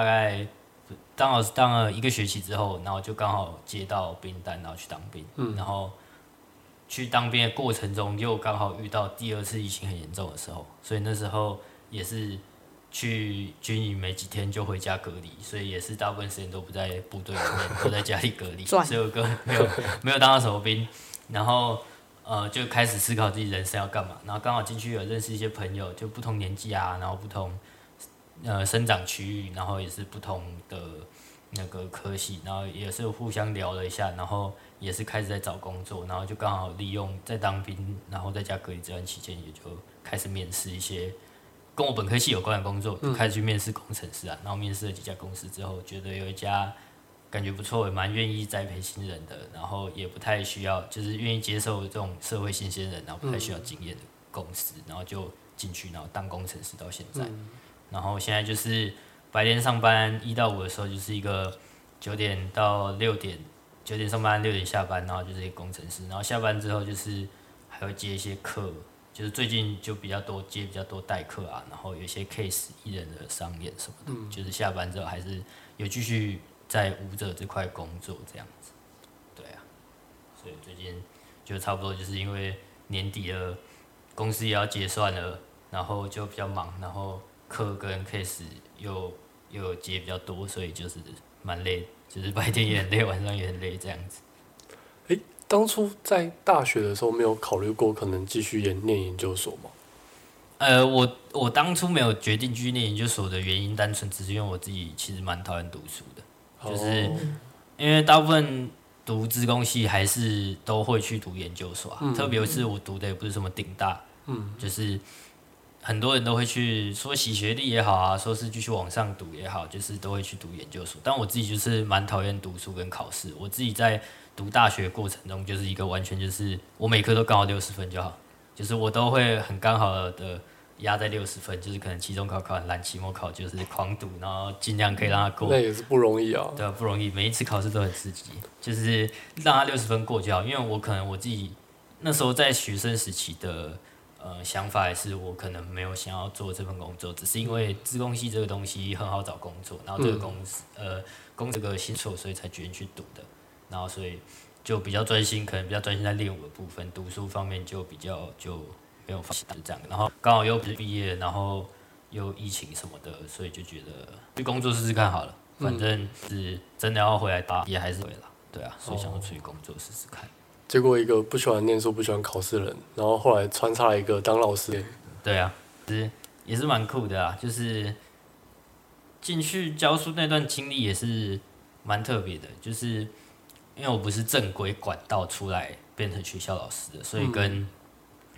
1个学期之后，然后就刚好接到兵单，然后去当兵。然后去当兵的过程中，又刚好遇到第2次疫情很严重的时候，所以那时候也是去军营没几天就回家隔离，所以也是大部分时间都不在部队里面，都在家里隔离，所以我根本没有当到什么兵。然后就开始思考自己人生要干嘛，然后刚好进去有认识一些朋友，就不同年纪啊，然后不同生长区域，然后也是不同的那个科系，然后也是互相聊了一下，然后也是开始在找工作，然后就刚好利用在当兵，然后在家隔离这段期间，也就开始面试一些跟我本科系有关的工作，就开始去面试工程师啊，然后面试了几家公司之后，觉得有一家感觉不错，也蛮愿意栽培新人的，然后也不太需要，就是愿意接受这种社会新鲜人，然后不太需要经验的公司，然后就进去，然后当工程师到现在。然后现在就是白天上班1到5的时候，就是一个9点到6点，9点上班6点下班，然后就是一个工程师。然后下班之后就是还会接一些课，就是最近就接比较多代课啊，然后有一些 case 艺人的商演什么的，就是下班之后还是有继续在舞者这块工作这样子。对啊，所以最近就差不多就是因为年底了，公司也要结算了，然后就比较忙，然后课跟 case 又有接比较多，所以就是蛮累，就是白天也很累，晚上也很累这样子。 当初在大学的时候没有考虑过可能继续念研究所吗？ 我当初没有决定继续念研究所的原因，单纯只是因为我自己其实蛮讨厌读书的，就是因为大部分读资工系还是都会去读研究所啊，特别是我读的也不是什么顶大，就是很多人都会去说洗学历也好啊，说是继续往上读也好，就是都会去读研究所。但我自己就是蛮讨厌读书跟考试，我自己在读大学过程中就是一个完全就是我每科都刚好60分就好，就是我都会很刚好的压在60分，就是可能期中考考很烂，期末考就是狂读，然后尽量可以让它过。 那也是不容易啊。 对啊，不容易，每一次考试都很刺激，就是让它60分过就好。因为我可能我自己那时候在学生时期的想法也是，我可能没有想要做这份工作，只是因为资工系这个东西很好找工作，然后这个公这个薪酬，所以才决定去读的。然后所以就比较专心，可能比较专心在练舞的部分，读书方面就比较就没有放弃这样。然后刚好又不是毕业，然后又疫情什么的，所以就觉得去工作试试看好了，反正是真的要回来打也还是会啦，对啊，所以想要出去工作试试看。 结果一个不喜欢念书、不喜欢考试的人，然后后来穿插了一个当老师。 对啊，也是蛮酷的啊，就是进去教书那段经历也是蛮特别的，就是因为我不是正规管道出来变成学校老师的，所以跟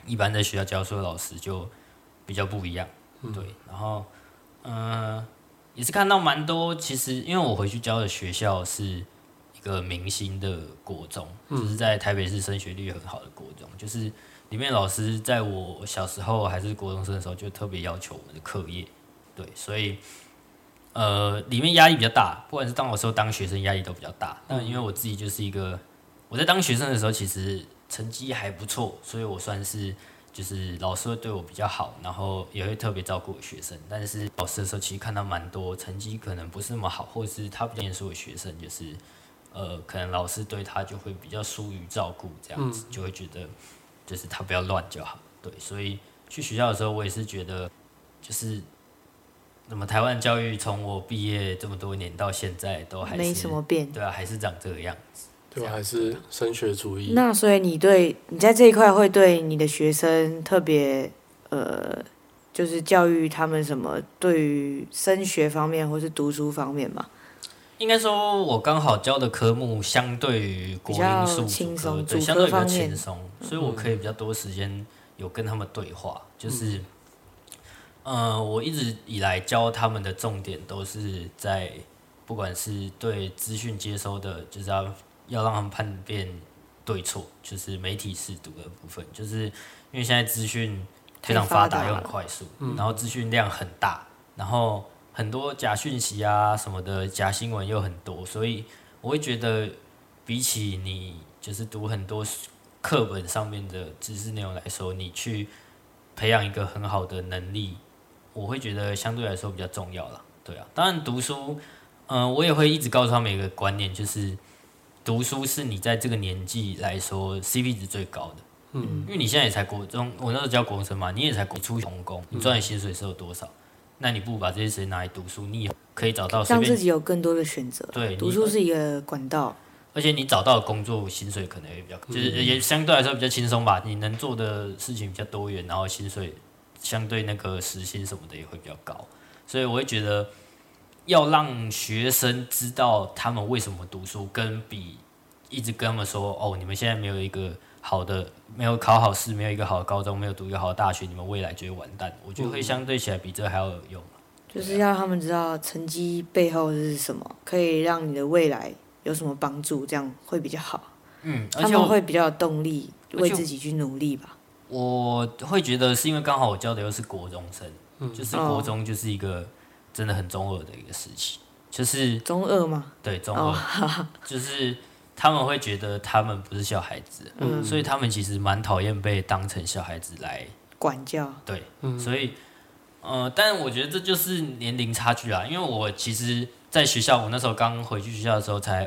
一般在学校教书的老师就比较不一样，对。然后也是看到蛮多，其实因为我回去教的学校是一个明星的国中，就是在台北市升学率很好的国中，就是里面老师在我小时候还是国中生的时候就特别要求我们的课业，对，所以里面压力比较大，不管是当老师或当学生压力都比较大。但因为我自己就是一个，我在当学生的时候其实成绩还不错，所以我算是就是老师会对我比较好，然后也会特别照顾我学生。但是老师的时候其实看到蛮多成绩可能不是那么好，或者是他比较严肃的学生，就是可能老师对他就会比较疏于照顾，这样子就会觉得就是他不要乱就好。对，所以去学校的时候我也是觉得就是。那么台湾教育从我毕业这么多年到现在都还是没什么变， 对啊，还是长这个样子， 对吧？还是升学主义。 那所以你在这一块会对你的学生特别就是教育他们什么对于升学方面或是读书方面吗？ 应该说，我刚好教的科目相对于国英数主科，对，相对比较轻松，所以我可以比较多时间有跟他们对话，就是。我一直以来教他们的重点都是在，不管是对资讯接收的，就是要让他们判辨对错，就是媒体识读的部分。就是因为现在资讯非常发达又很快速，然后资讯量很大，然后很多假讯息啊什么的，假新闻又很多，所以我会觉得，比起你就是读很多课本上面的知识内容来说，你去培养一个很好的能力。我会觉得相对来说比较重要啦，对啊。当然读书，我也会一直告诉他们一个观念，就是读书是你在这个年纪来说 CP 值最高的。因为你现在也才国中，我那时候教国中生嘛，你也才出童工，你赚的薪水是有多少？那你不如把这些时间拿来读书，你也可以找到让自己有更多的选择。 对， 读书是一个管道， 而且你找到的工作薪水可能也比较，就是也相对来说比较轻松吧。你能做的事情比较多元，然后薪水。相对那个时薪什么的也会比较高，所以我会觉得要让学生知道他们为什么读书，跟比一直跟他们说哦，你们现在没有一个好的，没有考好试，没有一个好的高中，没有读一个好的大学，你们未来就会完蛋。我觉得会相对起来比这还要有用。 就是要让他们知道成绩背后是什么，可以让你的未来有什么帮助，这样会比较好。他们会比较有动力为自己去努力吧。 我会觉得是因为刚好我教的又是国中生，就是国中就是一个真的很中二的一个时期，就是中二吗？ 对，中二，就是他们会觉得他们不是小孩子，所以他们其实蛮讨厌被当成小孩子来管教。 对，所以但我觉得这就是年龄差距啦，因为我其实在学校，我那时候刚回去学校的时候才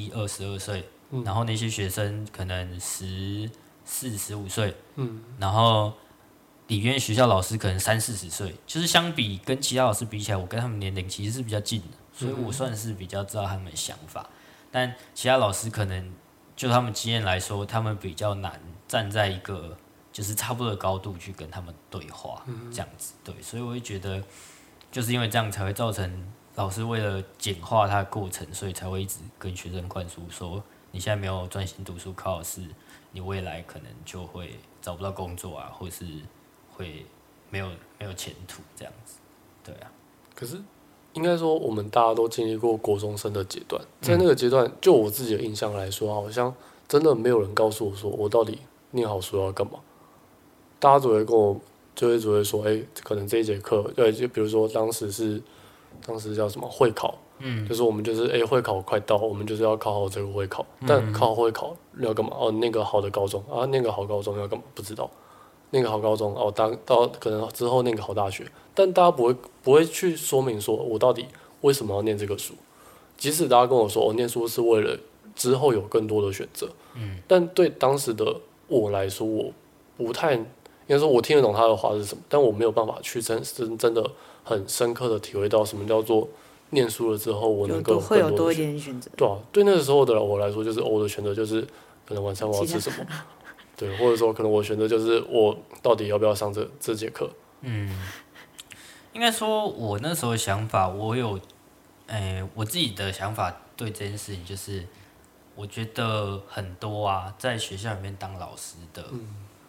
22岁，然后那些学生可能14、15岁，然后里面学校老师可能30、40岁，就是相比跟其他老师比起来，我跟他们年龄其实是比较近的，所以我算是比较知道他们的想法。但其他老师可能就他们经验来说，他们比较难站在一个就是差不多的高度去跟他们对话，这样子。对，所以我会觉得就是因为这样才会造成老师为了简化它的过程，所以才会一直跟学生灌输说，你现在没有专心读书考试，你未来可能就会找不到工作啊，或是会没有前途这样子。对啊。 可是应该说，我们大家都经历过国中生的阶段，在那个阶段，就我自己的印象来说，好像真的没有人告诉我说，我到底念好书要干嘛。大家只会跟我，只会说，可能这一节课，就比如说当时叫什么会考，就是我们就是会考快到，我们就是要考好这个会考，但考好会考要干嘛？哦，念个好的高中啊，念个好高中要干嘛？不知道。念个好高中哦，到可能之后念个好大学，但大家不会去说明说我到底为什么要念这个书。即使大家跟我说，念书是为了之后有更多的选择，但对当时的我来说，我不太应该说，我听得懂他的话是什么，但我没有办法去真的很深刻的体会到什么叫做念书了之后我能够会有多一点选择。 对啊，对那个时候的我来说，就是我的选择就是可能晚上我要吃什么。对，或者说可能我选择就是我到底要不要上这节课。 应该说我那时候的想法，我自己的想法对这件事情就是，我觉得很多啊，在学校里面当老师的，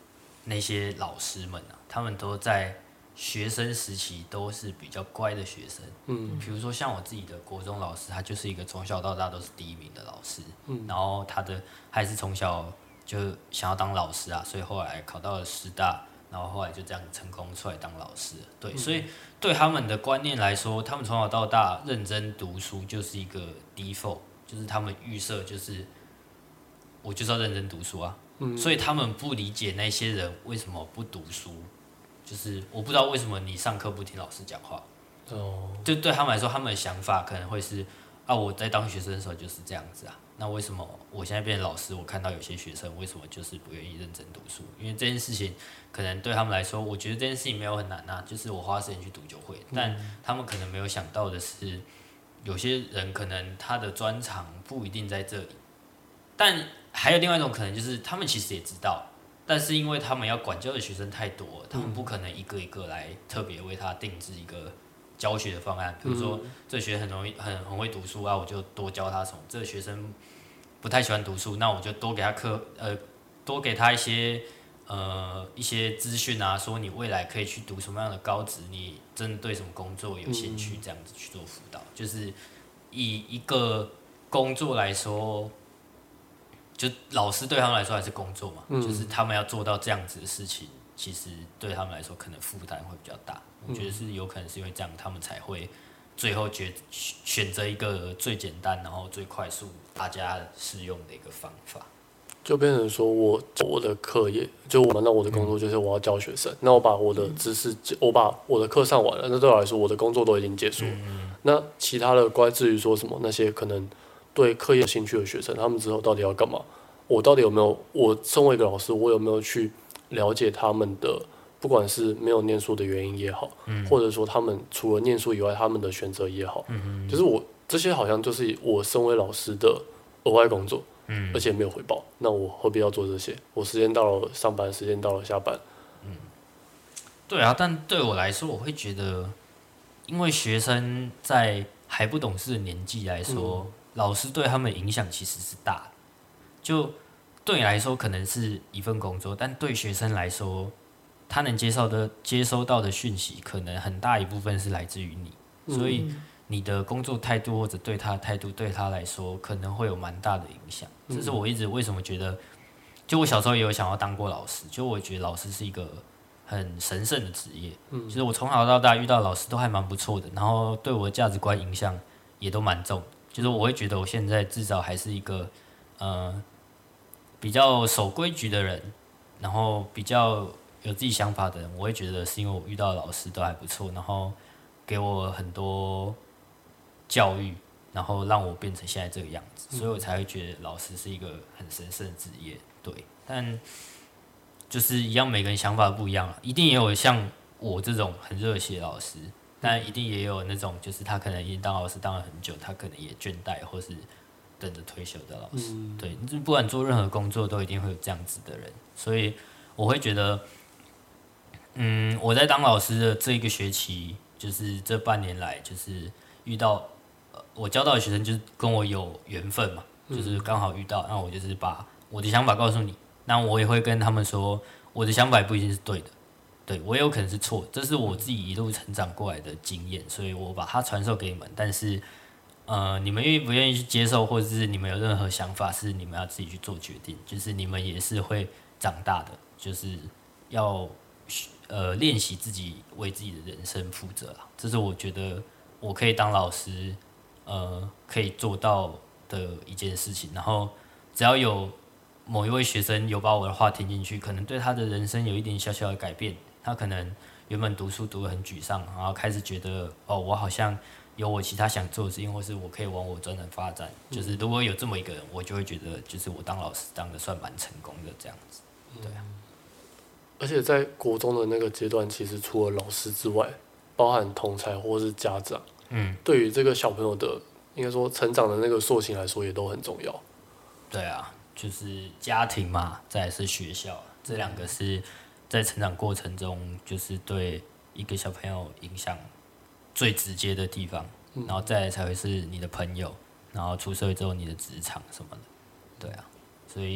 那些老师们啊，他们都在学生时期都是比较乖的学生。比如说像我自己的国中老师，他就是一个从小到大都是第1名的老师。然后他也是从小就想要当老师啊，所以后来考到了师大，然后后来就这样成功出来当老师。对，所以对他们的观念来说，他们从小到大认真读书就是一个 default， 就是他们预设就是我就是要认真读书啊。所以他们不理解那些人为什么不读书，就是我不知道为什么你上课不听老师讲话。就对他们来说，他们的想法可能会是啊，我在当学生的时候就是这样子啊，那为什么我现在变成老师，我看到有些学生为什么就是不愿意认真读书？因为这件事情可能对他们来说，我觉得这件事情没有很难啊，就是我花时间去读就会。但他们可能没有想到的是，有些人可能他的专长不一定在这里，但还有另外一种可能，就是他们其实也知道，但是因为他们要管教的学生太多了，他们不可能一个一个来特别为他定制一个教学的方案。比如说，这学生很会读书啊，我就多教他什么；这个学生不太喜欢读书，那我就多给他多给他一些资讯啊，说你未来可以去读什么样的高职，你针对什么工作有兴趣，这样子去做辅导。就是以一个工作来说。就老师对他们来说还是工作嘛，就是他们要做到这样子的事情，其实对他们来说可能负担会比较大。我觉得是有可能是因为这样，他们才会最后选择一个最简单，然后最快速大家适用的一个方法。 就变成说我的课业，就那我的工作就是我要教学生，那我把我的知识，我把我的课上完了，那对我来说我的工作都已经结束了。那其他的至于说什么那些可能对课业有兴趣的学生，他们之后到底要干嘛？我到底有没有？我身为一个老师，我有没有去了解他们的，不管是没有念书的原因也好，或者说他们除了念书以外，他们的选择也好，就是这些好像就是我身为老师的额外工作，而且没有回报，那我何必要做这些？我时间到了上班，时间到了下班。 对啊，但对我来说，我会觉得，因为学生在还不懂事的年纪来说，老师对他们的影响其实是大的。就对你来说可能是一份工作，但对学生来说，他能接收到的讯息，可能很大一部分是来自于你，所以你的工作态度或者对他的态度，对他来说可能会有蛮大的影响。这是我一直为什么觉得，就我小时候也有想要当过老师，就我觉得老师是一个很神圣的职业，就是我从小到大遇到老师都还蛮不错的，然后对我的价值观影响也都蛮重，就是我会觉得我现在至少还是一个比较守规矩的人，然后比较有自己想法的人，我会觉得是因为我遇到的老师都还不错，然后给我很多教育，然后让我变成现在这个样子，所以我才会觉得老师是一个很神圣的职业。对，但就是一样，每个人想法不一样，一定也有像我这种很热血的老师，但一定也有那种就是他可能已经当老师当了很久，他可能也倦怠或是等着退休的老师。对，不管做任何工作都一定会有这样子的人，所以我会觉得，我在当老师的这一个学期，就是这半年来，就是遇到我教到的学生就是跟我有缘分嘛，就是刚好遇到，那我就是把我的想法告诉你，那我也会跟他们说，我的想法也不一定是对的，对我也有可能是错，这是我自己一路成长过来的经验，所以我把它传授给你们，但是你们愿意不愿意去接受，或者是你们有任何想法，是你们要自己去做决定，就是你们也是会长大的，就是要练习自己为自己的人生负责啦，这是我觉得我可以当老师可以做到的一件事情。然后只要有某一位学生有把我的话听进去，可能对他的人生有一点小小的改变，他可能原本读书读得很沮丧，然后开始觉得我好像有我其他想做的事情，或是我可以往我专长发展。就是如果有这么一个人，我就会觉得就是我当老师当的算蛮成功的这样子。对啊。 而且在国中的那个阶段，其实除了老师之外，包含同侪或是家长，对于这个小朋友的应该说成长的那个塑形来说，也都很重要。 对啊，就是家庭嘛，再来是学校，这两个是在成长过程中，就是对一个小朋友影响最直接的地方，然后再来才会是你的朋友，然后出社会之后你的职场什么的。对啊，所以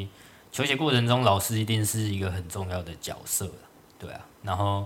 求学过程中，老师一定是一个很重要的角色，对啊。然后，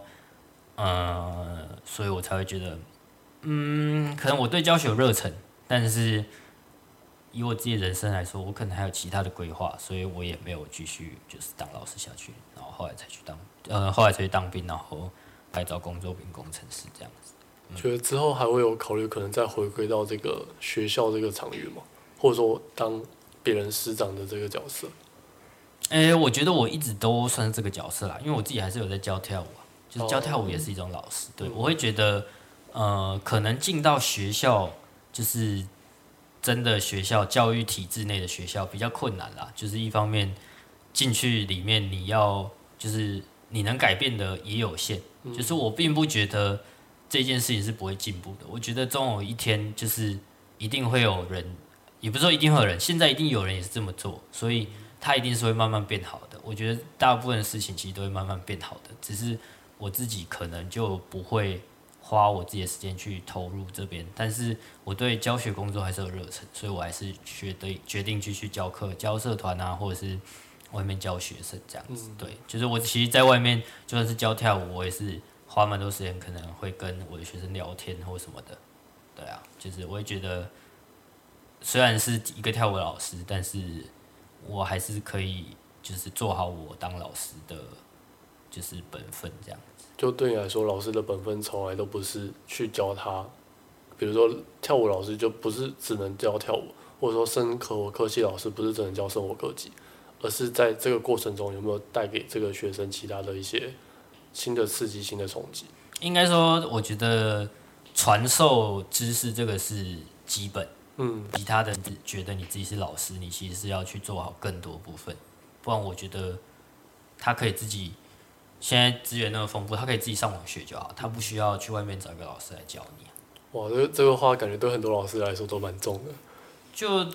所以我才会觉得，可能我对教学有热忱，但是以我自己的人生来说，我可能还有其他的规划，所以我也没有继续就是当老师下去，然后后来才去当兵，然后来找工作兵工程师这样子。 觉得之后还会有考虑可能再回归到这个学校这个场域吗？或者说当别人师长的这个角色？ 我觉得我一直都算是这个角色啦，因为我自己还是有在教跳舞啊，就是教跳舞也是一种老师。对，我会觉得，可能进到学校，就是真的学校教育体制内的学校比较困难啦。就是一方面进去里面，就是你能改变的也有限。就是我并不觉得这件事情是不会进步的。我觉得总有一天，就是一定会有人，也不是说一定会有人，现在一定有人也是这么做，所以它一定是会慢慢变好的。我觉得大部分的事情其实都会慢慢变好的，只是我自己可能就不会花我自己的时间去投入这边，但是我对教学工作还是有热忱，所以我还是决定继续教课、教社团啊，或者是外面教学生这样子。对，就是我其实在外面就算是教跳舞，我也是花蛮多时间，可能会跟我的学生聊天或什么的。对啊，就是我会觉得，虽然是一个跳舞老师，但是我还是可以就是做好我当老师的就是本分这样子。 就对你来说，老师的本分从来都不是去教他，比如说跳舞老师就不是只能教跳舞，或者说生活科技老师不是只能教生活科技，而是在这个过程中有没有带给这个学生其他的一些新的刺激、新的冲击？ 应该说，我觉得传授知识这个是基本。其他的觉得你自己是老师，你其实是要去做好更多部分，不然我觉得他可以自己，现在资源那么丰富，他可以自己上网学就好，他不需要去外面找一个老师来教你。 哇，这个话感觉对很多老师来说都蛮重的。 就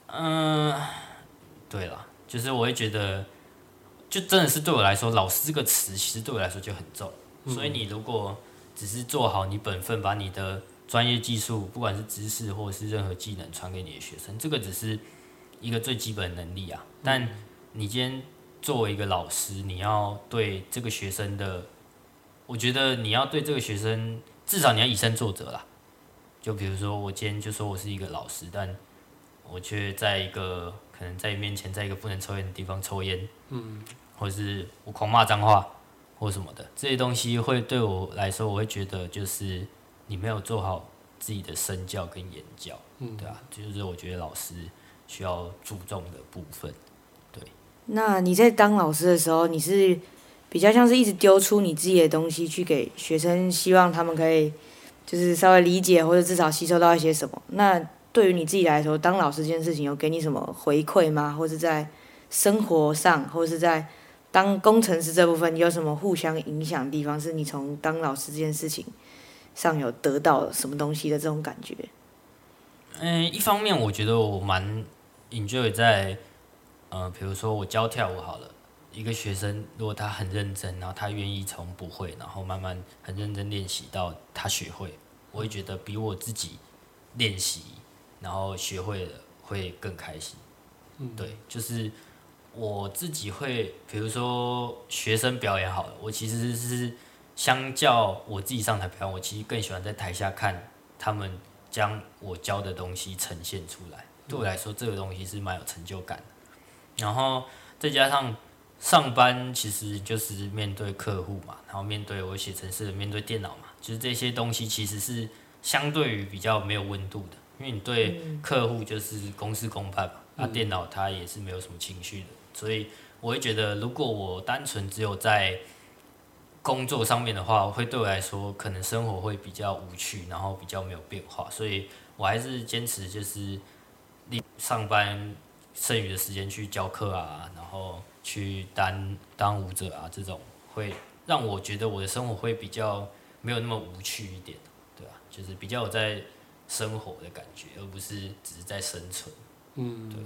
对了，就是我会觉得，就真的是对我来说，老师这个词其实对我来说就很重，所以你如果只是做好你本分，把你的专业技术，不管是知识或者是任何技能传给你的学生，这个只是一个最基本的能力啊。但你今天作为一个老师，你要对这个学生的，我觉得你要对这个学生，至少你要以身作则啦。就比如说，我今天就说我是一个老师，但我却在一个可能在你面前，在一个不能抽烟的地方抽烟，或者是我狂骂脏话或什么的，这些东西会对我来说，我会觉得就是你没有做好自己的身教跟言教，对啊，就是我觉得老师需要注重的部分。对。 那你在当老师的时候，你是比较像是一直丢出你自己的东西去给学生，希望他们可以就是稍微理解或者至少吸收到一些什么？那对于你自己来说，当老师这件事情有给你什么回馈吗？或是在生活上，或是在当工程师这部分，有什么互相影响的地方？是你从当老师这件事情上有得到什么东西的这种感觉？ 一方面我觉得我蛮 enjoy 在，比如说我教跳舞好了，一个学生如果他很认真，然后他愿意从不会，然后慢慢很认真练习到他学会，我会觉得比我自己练习然后学会了会更开心。对，就是我自己会，比如说学生表演好了，我其实是相较我自己上台表演，我其实更喜欢在台下看他们将我教的东西呈现出来。对我来说，这个东西是蛮有成就感的。然后再加上上班，其实就是面对客户嘛，然后面对我写程式的，面对电脑嘛，就是这些东西其实是相对于比较没有温度的，因为你对客户就是公事公办嘛，电脑它也是没有什么情绪的，所以我会觉得，如果我单纯只有在工作上面的话，会对我来说可能生活会比较无趣，然后比较没有变化，所以我还是坚持就是上班剩余的时间去教课啊，然后去当舞者啊，这种会让我觉得我的生活会比较没有那么无趣一点，对吧？就是比较有在生活的感觉，而不是只是在生存。对。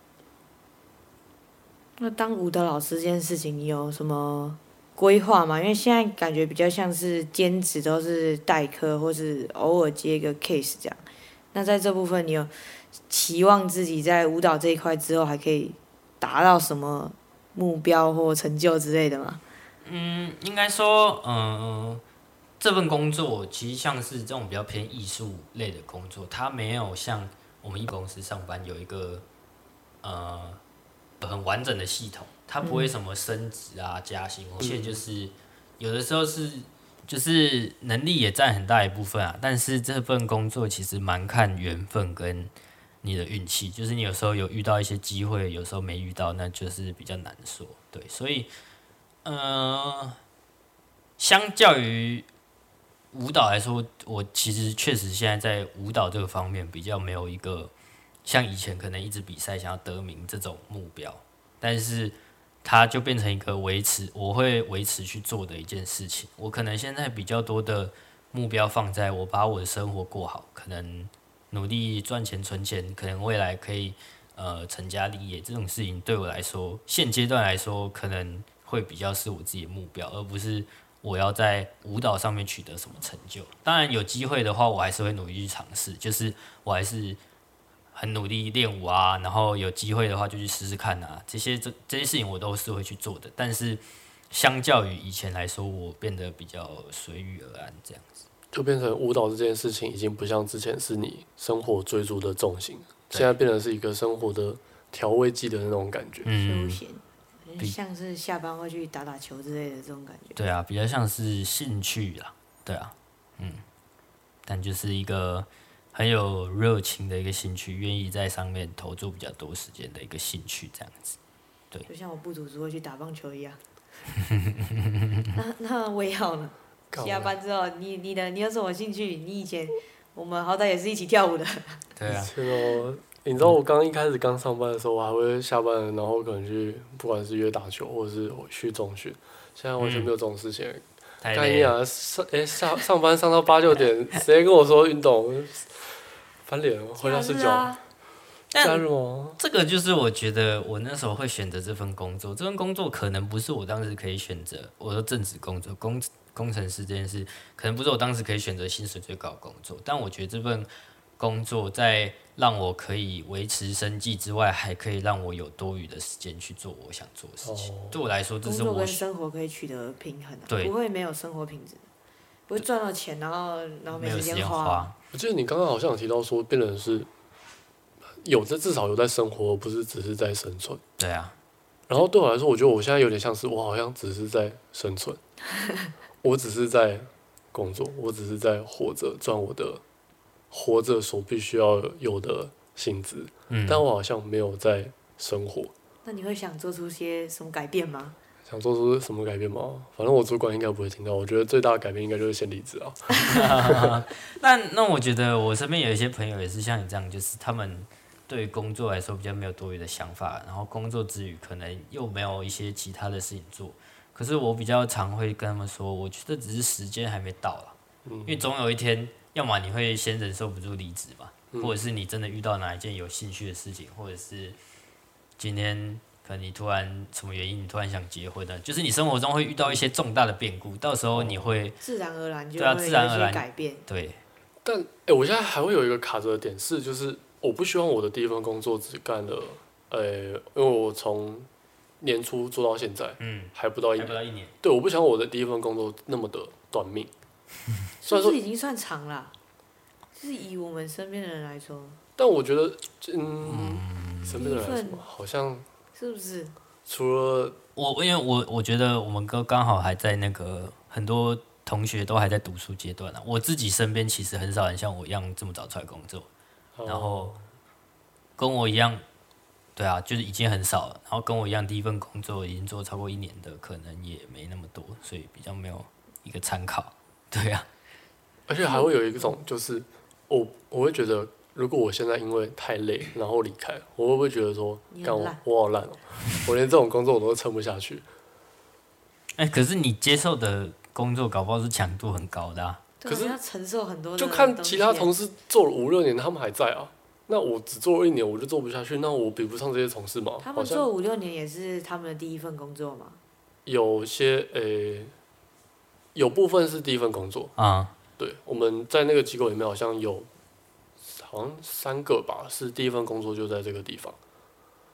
那当舞蹈老师这件事情，你有什么规划吗？因为现在感觉比较像是兼职，都是代课或是偶尔接一个 case 这样。那在这部分，你有期望自己在舞蹈这一块之后还可以达到什么目标或成就之类的吗？ 应该说，这份工作其实像是这种比较偏艺术类的工作，它没有像我们一公司上班有一个很完整的系统，它不会什么升职啊、加薪，而且就是有的时候是就是能力也占很大一部分啊，但是这份工作其实蛮看缘分跟你的运气，就是你有时候有遇到一些机会，有时候没遇到，那就是比较难说。对，所以相较于舞蹈来说，我其实确实现在在舞蹈这个方面比较没有一个像以前可能一直比赛想要得名这种目标，但是它就变成一个我会维持去做的一件事情。我可能现在比较多的目标放在我把我的生活过好，可能努力赚钱存钱，可能未来可以成家立业这种事情对我来说，现阶段来说可能会比较是我自己的目标，而不是我要在舞蹈上面取得什么成就。当然有机会的话，我还是会努力去尝试，就是我还是很努力练舞啊，然后有机会的话就去试试看啊，这些事情我都是会去做的。但是相较于以前来说，我变得比较随遇而安这样子。 就变成舞蹈这件事情已经不像之前是你生活追逐的重心，现在变成是一个生活的调味剂的那种感觉。 休闲，像是下班会去打打球之类的这种感觉。 对啊，比较像是兴趣啦，对啊，但就是一个很有热情的一个兴趣，愿意在上面投注比较多时间的一个兴趣，这样子。对， 就像我不组织会去打棒球一样。那威浩呢？下班之后，你有什么兴趣？你以前我们好歹也是一起跳舞的。 对啊。 你知道我一开始刚上班的时候，我还会下班然后可能去不管是约打球或者是去重训，现在完全没有这种事情。干你啊！上班上到8、9点，谁跟我说运动？翻脸了，回家睡觉。假日吗？ 这个就是我觉得我那时候会选择这份工作，这份工作可能不是我当时可以选择，我的正职工作，工程师这件事，可能不是我当时可以选择薪水最高的工作，但我觉得这份工作在让我可以维持生计之外，还可以让我有多余的时间去做我想做的事情。对我来说，这是我工作跟生活可以取得平衡啊， 对， 不会没有生活品质，不会赚到钱，然后没时间花。 我记得你刚刚好像有提到说，变成是至少有在生活，不是只是在生存。 对啊。 然后对我来说，我觉得我现在有点像是我好像只是在生存，我只是在工作，我只是在活着，赚我的活着所必须要有的薪资，但我好像没有在生活。 那你会想做出些什么改变吗？ 想做出什么改变吗？反正我主管应该不会听到。我觉得最大的改变应该就是先离职啊。 那我觉得我身边有一些朋友也是像你这样，就是他们对工作来说比较没有多余的想法，然后工作之余可能又没有一些其他的事情做。可是我比较常会跟他们说，我觉得只是时间还没到啦，因为总有一天，要么你会先忍受不住离职嘛，或者是你真的遇到哪一件有兴趣的事情，或者是今天可能你突然什么原因，你突然想结婚的，就是你生活中会遇到一些重大的变故，到时候你会自然而然就对啊，自然而然改变。 对。 但我现在还会有一个卡着的点是，就是我不希望我的第一份工作只干了，因为我从年初做到现在，还不到一年。对，我不想我的第一份工作那么的短命。 虽然说已经算长了，就是以我们身边的人来说。 但我觉得，身边的人来说，好像是不是？ 除了因为我觉得我们刚好还在那个很多同学都还在读书阶段啊。我自己身边其实很少人像我一样这么早出来工作，然后跟我一样。对啊，就是已经很少了。然后跟我一样，第一份工作已经做超过1年的，可能也没那么多，所以比较没有一个参考。对啊， 而且还会有一种，就是我会觉得，如果我现在因为太累，然后离开，我会不会觉得说，我好烂哦，我连这种工作我都撑不下去。 可是你接受的工作搞不好是强度很高的啊。 可是要承受很多， 就看其他同事做了5、6年，他们还在啊。那我只做了1年，我就做不下去，那我比不上这些同事吗？ 他们做5、6年也是他们的第一份工作吗？ 有些有部分是第一份工作啊。对，我们在那个机构里面好像3个吧，是第一份工作就在这个地方。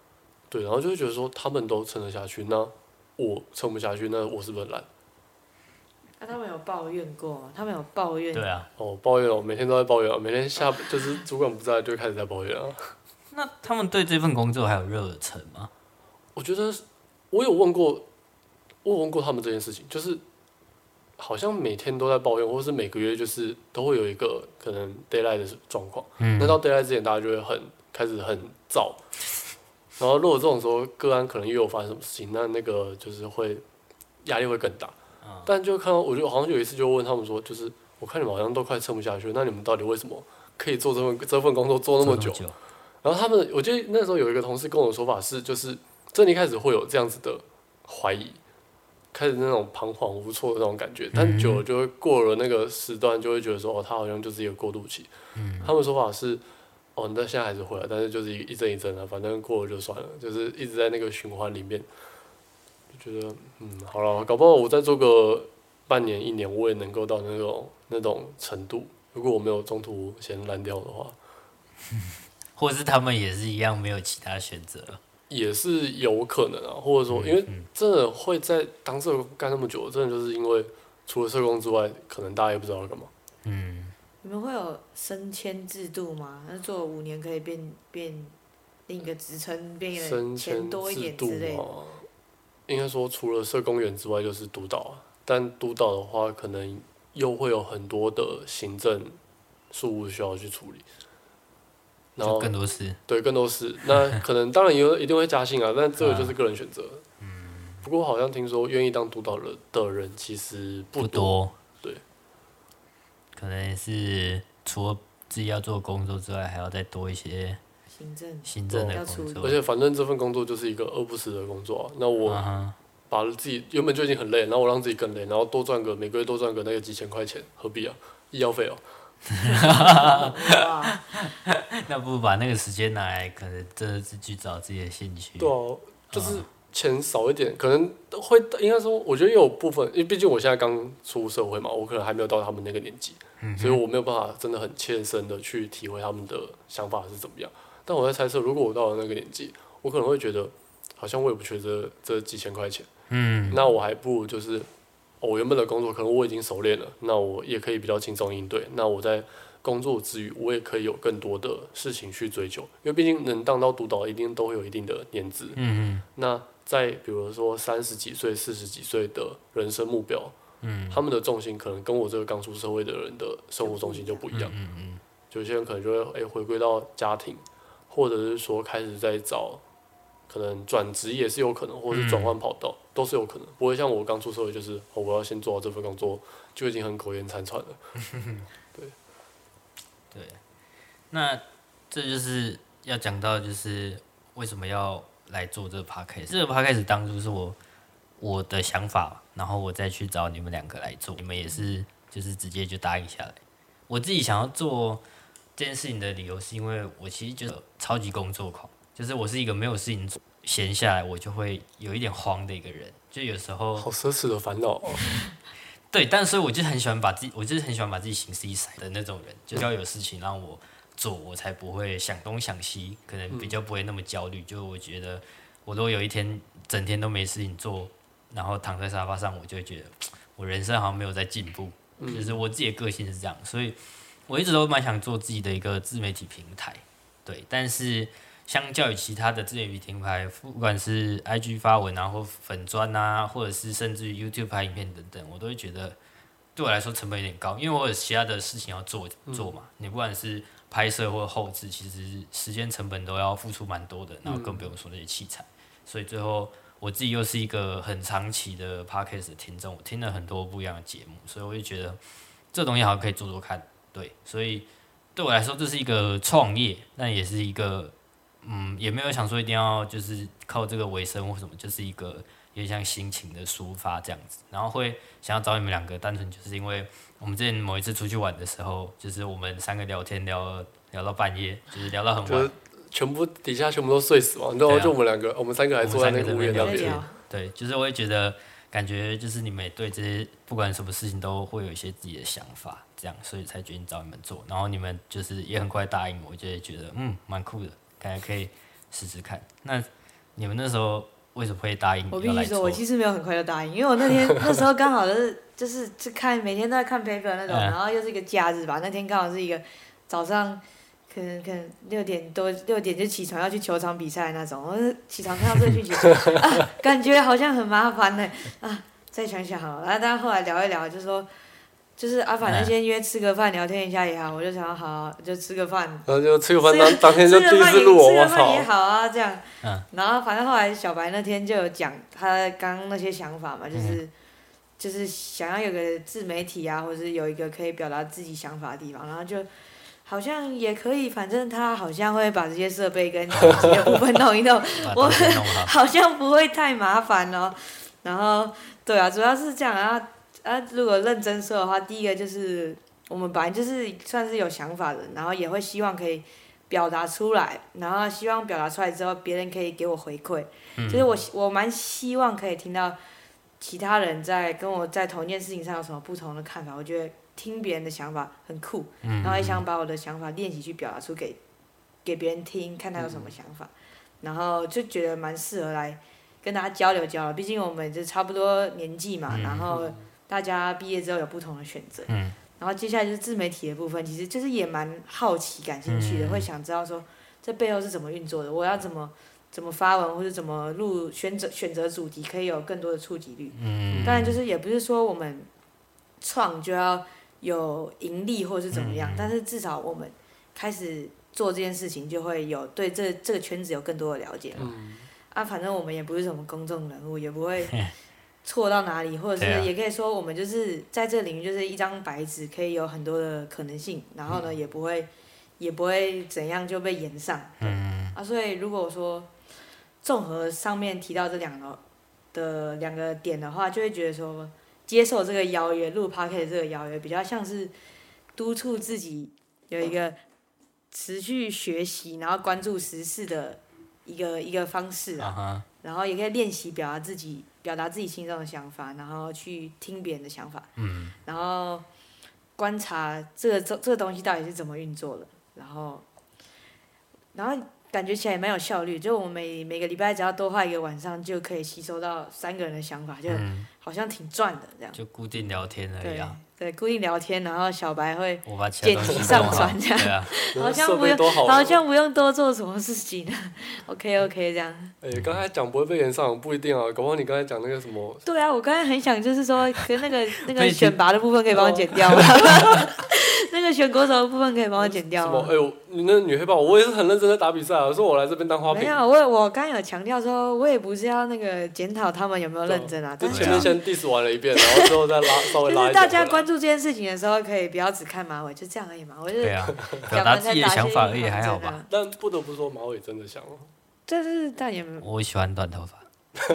对，然后就会觉得说他们都撑得下去，那我撑不下去，那我是不是很烂？ 他们有抱怨过吗？他们有抱怨？ 对啊。 抱怨每天都在抱怨每天就是主管不在就会开始在抱怨啊。 那他们对这份工作还有热忱吗？ 我觉得我有问过他们这件事情，就是好像每天都在抱怨，或是每个月就是都会有一个可能 deadline 的状况。那到 deadline 之前，大家就会开始很躁。然后如果这种时候个案可能又有发生什么事情，那个就是会压力会更大。但就看到，我就好像有一次就问他们说，就是我看你们好像都快撑不下去，那你们到底为什么可以做这份工作做那么久？然后我记得那时候有一个同事跟我的说法是，就是真的一开始会有这样子的怀疑，开始那种彷徨无措的那种感觉，但久了就会过了那个时段，就会觉得说，他好像就是一个过渡期。他们的说法是，你现在还是会，但是就是一阵一阵的，反正过了就算了，就是一直在那个循环里面。就觉得好了，搞不好我再做个半年1年，我也能够到那种程度。如果我没有中途先烂掉的话， 或是他们也是一样没有其他选择， 也是有可能啊。或者说，因为真的会在当社工干那么久，真的就是因为除了社工之外，可能大家也不知道要干嘛。 你们会有升迁制度吗？那做5年可以变另一个职称，变钱多一点之类的。 应该说，除了社工员之外，就是督导啊。但督导的话，可能又会有很多的行政事务需要去处理，然后更多事。 对，更多事。那可能当然一定会加薪啊，但这个就是个人选择。不过好像听说愿意当督导的人其实不多。对。 可能是除了自己要做工作之外，还要再多一些行政的工作。 而且反正这份工作就是一个饿不死的工作啊。那我把自己原本就已经很累，然后我让自己更累，然后每个月多赚个那个几千块钱，何必啊？医药费哦。 那不如把那个时间拿来，可能真的是去找自己的兴趣。 对啊，就是钱少一点，可能会应该说，我觉得也有部分，因为毕竟我现在刚出社会嘛，我可能还没有到他们那个年纪，所以我没有办法真的很切身的去体会他们的想法是怎么样。但我在猜测，如果我到了那个年纪，我可能会觉得，好像我也不缺这几千块钱，那我还不如就是我原本的工作可能我已经熟练了，那我也可以比较轻松应对。那我在工作之余，我也可以有更多的事情去追求，因为毕竟能当到督导，一定都会有一定的年资。那在比如说30几岁、40几岁的人生目标，他们的重心可能跟我这个刚出社会的人的生活重心就不一样。有些人可能就会回归到家庭，或者是说开始在找。可能转职也是有可能，或者是转换跑道，都是有可能，不会像我刚出社会，就是我要先做好这份工作，就已经很苟延残喘了。 对，那这就是要讲到，就是为什么要来做这个 podcast。这个 podcast 当初是我的想法，然后我再去找你们2个来做，你们也是就是直接就答应下来。我自己想要做这件事情的理由，是因为我其实就是超级工作狂。就是我是一个没有事情做，闲下来我就会有一点慌的一个人，就有时候好奢侈的烦恼哦。 对，但所以我就很喜欢把自己心思一塞的那种人，就要有事情让我做，我才不会想东想西，可能比较不会那么焦虑。就我觉得，我如果有一天整天都没事情做，然后躺在沙发上，我就会觉得我人生好像没有在进步。就是我自己的个性是这样，所以我一直都蛮想做自己的一个自媒体平台，对，但是。相较于其他的自媒体平台，不管是 IG 发文啊，或粉专啊，或者是甚至于 YouTube 拍影片等等，我都会觉得对我来说成本有点高，因为我有其他的事情要做嘛。你不管是拍摄或后置，其实时间成本都要付出蛮多的，然后更不用说那些器材。所以最后我自己又是一个很长期的 Podcast 的听众，我听了很多不一样的节目，所以我就觉得这东西好像可以做做看。对，所以对我来说这是一个创业，但也是一个。也没有想说一定要就是靠这个为生或什么，就是一个有点像心情的抒发这样子。然后会想要找你们2个，单纯就是因为我们之前某一次出去玩的时候，就是我们3个聊天聊到半夜，就是聊到很晚， 底下全部都睡死嘛。然后就我们2个，我们3个还坐在那个屋檐那边。 对，就是我会觉得感觉就是你们也对这些不管什么事情都会有一些自己的想法，这样，所以才决定找你们做。然后你们就是也很快答应我，就会觉得蛮酷的。感觉可以试试看。那你们那时候为什么会答应要来抽？ 我必须说，我其实没有很快就答应，因为我那时候刚好就是每天都在看 paper 那种，然后又是一个假日吧，那天刚好是一个早上。可能6点就起床要去球场比赛那种，我起床看到这个讯息，感觉好像很麻烦呢，再想想好了，然后但后来聊一聊，就是反正先约吃个饭聊天一下也好，我就想好就吃个饭， 然后就吃个饭当天就第一次录我吃个饭也好啊这样，然后反正后来小白那天就有讲他刚刚那些想法嘛，就是想要有个自媒体啊，或者是有一个可以表达自己想法的地方，然后就。好像也可以，反正他好像会把这些设备跟剪辑的部分弄一弄，我好像不会太麻烦哦。然后，对啊，主要是这样啊。如果认真说的话，第一个就是我们本来就是算是有想法的，然后也会希望可以表达出来，然后希望表达出来之后，别人可以给我回馈。就是我蛮希望可以听到其他人跟我在同一件事情上有什么不同的看法，我觉得。听别人的想法很酷，然后也想把我的想法练习去表达出给别人听，看他有什么想法，然后就觉得蛮适合来跟大家交流交流。毕竟我们就差不多年纪嘛，然后大家毕业之后有不同的选择，然后接下来就是自媒体的部分，其实就是也蛮好奇、感兴趣的，会想知道说这背后是怎么运作的，我要怎么发文或者怎么录选择主题，可以有更多的触及率。当然就是也不是说我们创就要。有盈利或是怎么样，但是至少我们开始做这件事情，就会有对这个圈子有更多的了解嘛。反正我们也不是什么公众人物，也不会错到哪里，或者是也可以说我们就是在这个领域就是一张白纸，可以有很多的可能性。然后呢，也不会怎样就被延上。所以如果说综合上面提到这两个点的话，就会觉得说。接受这个邀约，录 podcast 这个邀约，比较像是督促自己有一个持续学习，然后关注时事的一个方式啊。然后也可以练习表达自己心中的想法，然后去听别人的想法。然后观察这个东西到底是怎么运作的，然后感觉起来也蛮有效率，就我们每个礼拜只要多花一个晚上，就可以吸收到3个人的想法，就好像挺赚的这样。 就固定聊天而已啊。 对，固定聊天，然后小白会剪辑上传这样，好像不用多做什么事情，OK 这样。 刚才讲不会被延上不一定啊，搞不好你刚才讲那个什么。 对啊，我刚才很想就是说，跟那个选拔的部分可以帮我剪掉吗？那个选国手的部分可以帮我剪掉吗？ 你那女黑豹，我也是很认真在打比赛啊，说我来这边当花瓶。 没有，我刚有强调说，我也不是要那个检讨他们有没有认真啊。 就前面先 diss 完了一遍，然后之后再稍微拉一点。 就是大家关注这件事情的时候，可以不要只看马尾，就这样而已嘛。我就是表达自己的想法而已，还好吧。 但不得不说，马尾真的像哦。 但也没有。 我喜欢短头发。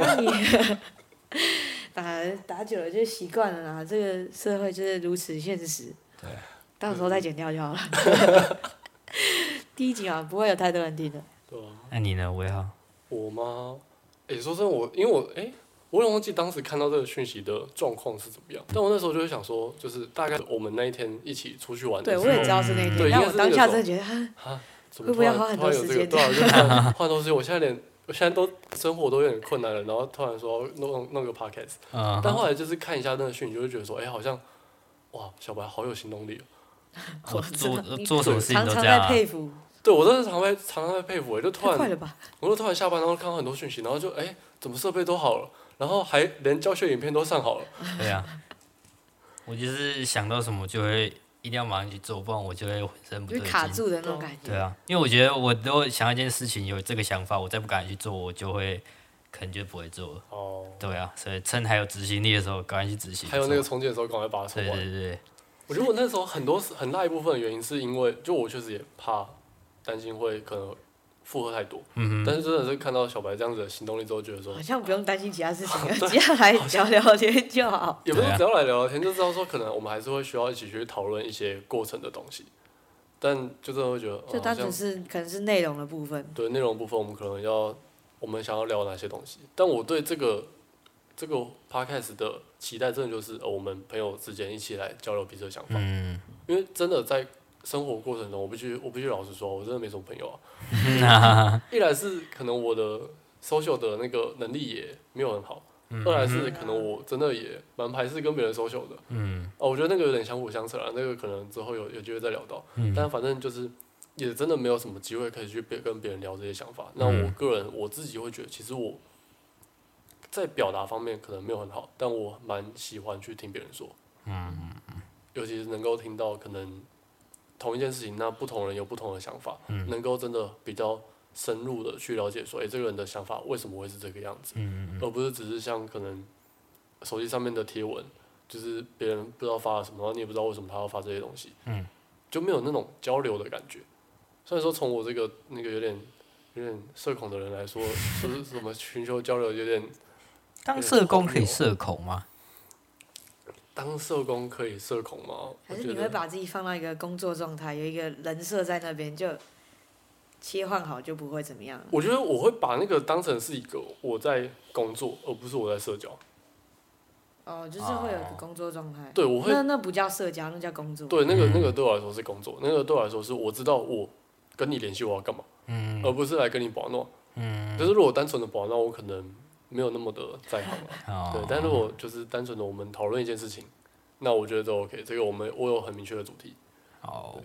打久了就习惯了啦，这个社会就是如此现实。 对。 到时候再剪掉就好了。第一集嘛，不会有太多人听的。 对啊。 那你呢，魏浩？ 我吗？说真的，我有点忘记当时看到这个讯息的状况是怎么样，但我那时候就会想说，就是大概我们那一天一起出去玩的时候。 对，我也知道是那一天，但我当下真的觉得会不会要花很多时间？ 对啊，就花很多时间。我现在都生活都有点困难了，然后突然说弄个 podcast，但后来就是看一下那个讯息，就会觉得说，小像哇，小白好有行动力哦。 做什么事情都这样。 常常在佩服。 对，我真的常常在佩服，就突然， 我就突然下班，然后看到很多讯息，然后就怎么设备都好了，然后还连教学影片都上好了。 对啊，我就是想到什么就会一定要马上去做，不然我就会浑身不对劲， 就卡住的那种感觉。 对啊，因为我觉得我都想一件事情有这个想法，我再不敢去做，我就会可能就不会做了。对啊，所以趁还有执行力的时候，赶快去执行。 还有那个重建的时候，赶快把它做完。 对。 我觉得我那时候很大一部分的原因是因为，就我确实也担心会可能负荷太多，但是真的是看到小白这样子的行动力之后，觉得说好像不用担心其他事情了，只要来聊聊天就好。 也不是只要来聊聊天，就知道说可能我们还是会需要一起去讨论一些过程的东西，但就真的会觉得， 就单纯是可能是内容的部分。 对内容部分，我们可能我们想要聊哪些东西，但我对这个 podcast 的期待，真的就是我们朋友之间一起来交流彼此的想法，因为真的在生活过程中，我必须老实说，我真的没什么朋友啊。一来是可能我的 social 的那个能力也没有很好。二来是可能我真的也蛮排斥跟别人 social 的。我觉得那个有点相辅相成啦，那个可能之后有机会再聊到。但反正就是也真的没有什么机会可以去跟别人聊这些想法。那我个人我自己会觉得，其实我在表达方面可能没有很好，但我蛮喜欢去听别人说。尤其是能够听到可能同一件事情，那不同人有不同的想法，能够真的比较深入的去了解说，这个人的想法为什么会是这个样子，而不是只是像可能手机上面的贴文，就是别人不知道发了什么，然后你也不知道为什么他要发这些东西，就没有那种交流的感觉。虽然说从我这个那个有点社恐的人来说，就是什么寻求交流有点。 当社工可以社恐吗？ 当社工可以社恐吗？ 还是你会把自己放到一个工作状态，有一个人设在那边，就切换好就不会怎么样。 我觉得我会把那个当成是一个我在工作，而不是我在社交。 就是会有一个工作状态。 对，我会。 那不叫社交，那叫工作。 对，那个对我来说是工作，那个对我来说是我知道我跟你联系我要干嘛，而不是来跟你保诺。就是如果单纯的保诺，我可能没有那么的在行了。对，但如果就是单纯的我们讨论一件事情，那我觉得都 OK。这个我有很明确的主题。 好，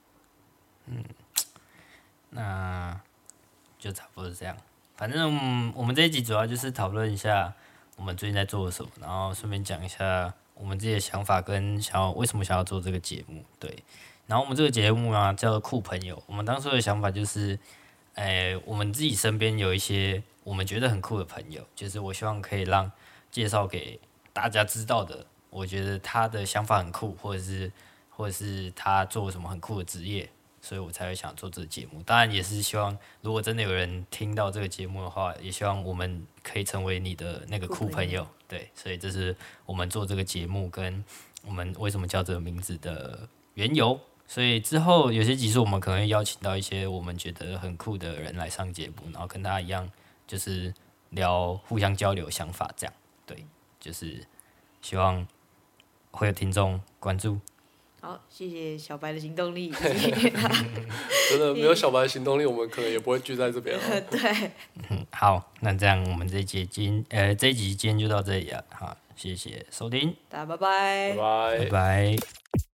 那就差不多是这样。反正我们这一集主要就是讨论一下我们最近在做什么，然后顺便讲一下我们自己的想法跟为什么想要做这个节目。对，然后我们这个节目啊叫做酷朋友。我们当初的想法就是，我们自己身边有一些我们觉得很酷的朋友，就是我希望可以介绍给大家知道的。我觉得他的想法很酷，或者是他做什么很酷的职业，所以我才会想做这个节目。当然也是希望，如果真的有人听到这个节目的话，也希望我们可以成为你的那个酷朋友。对，所以这是我们做这个节目跟我们为什么叫这个名字的缘由。所以之后有些集数我们可能会邀请到一些我们觉得很酷的人来上节目，然后跟他一样，就是互相交流想法这样。对，就是希望会有听众关注。 好，谢谢小白的行动力。 真的没有小白的行动力，我们可能也不会聚在这边了。 对。 好， 那这样我们这一集今天就到这里了。好，谢谢收听， 大家拜拜。 拜拜。 拜拜。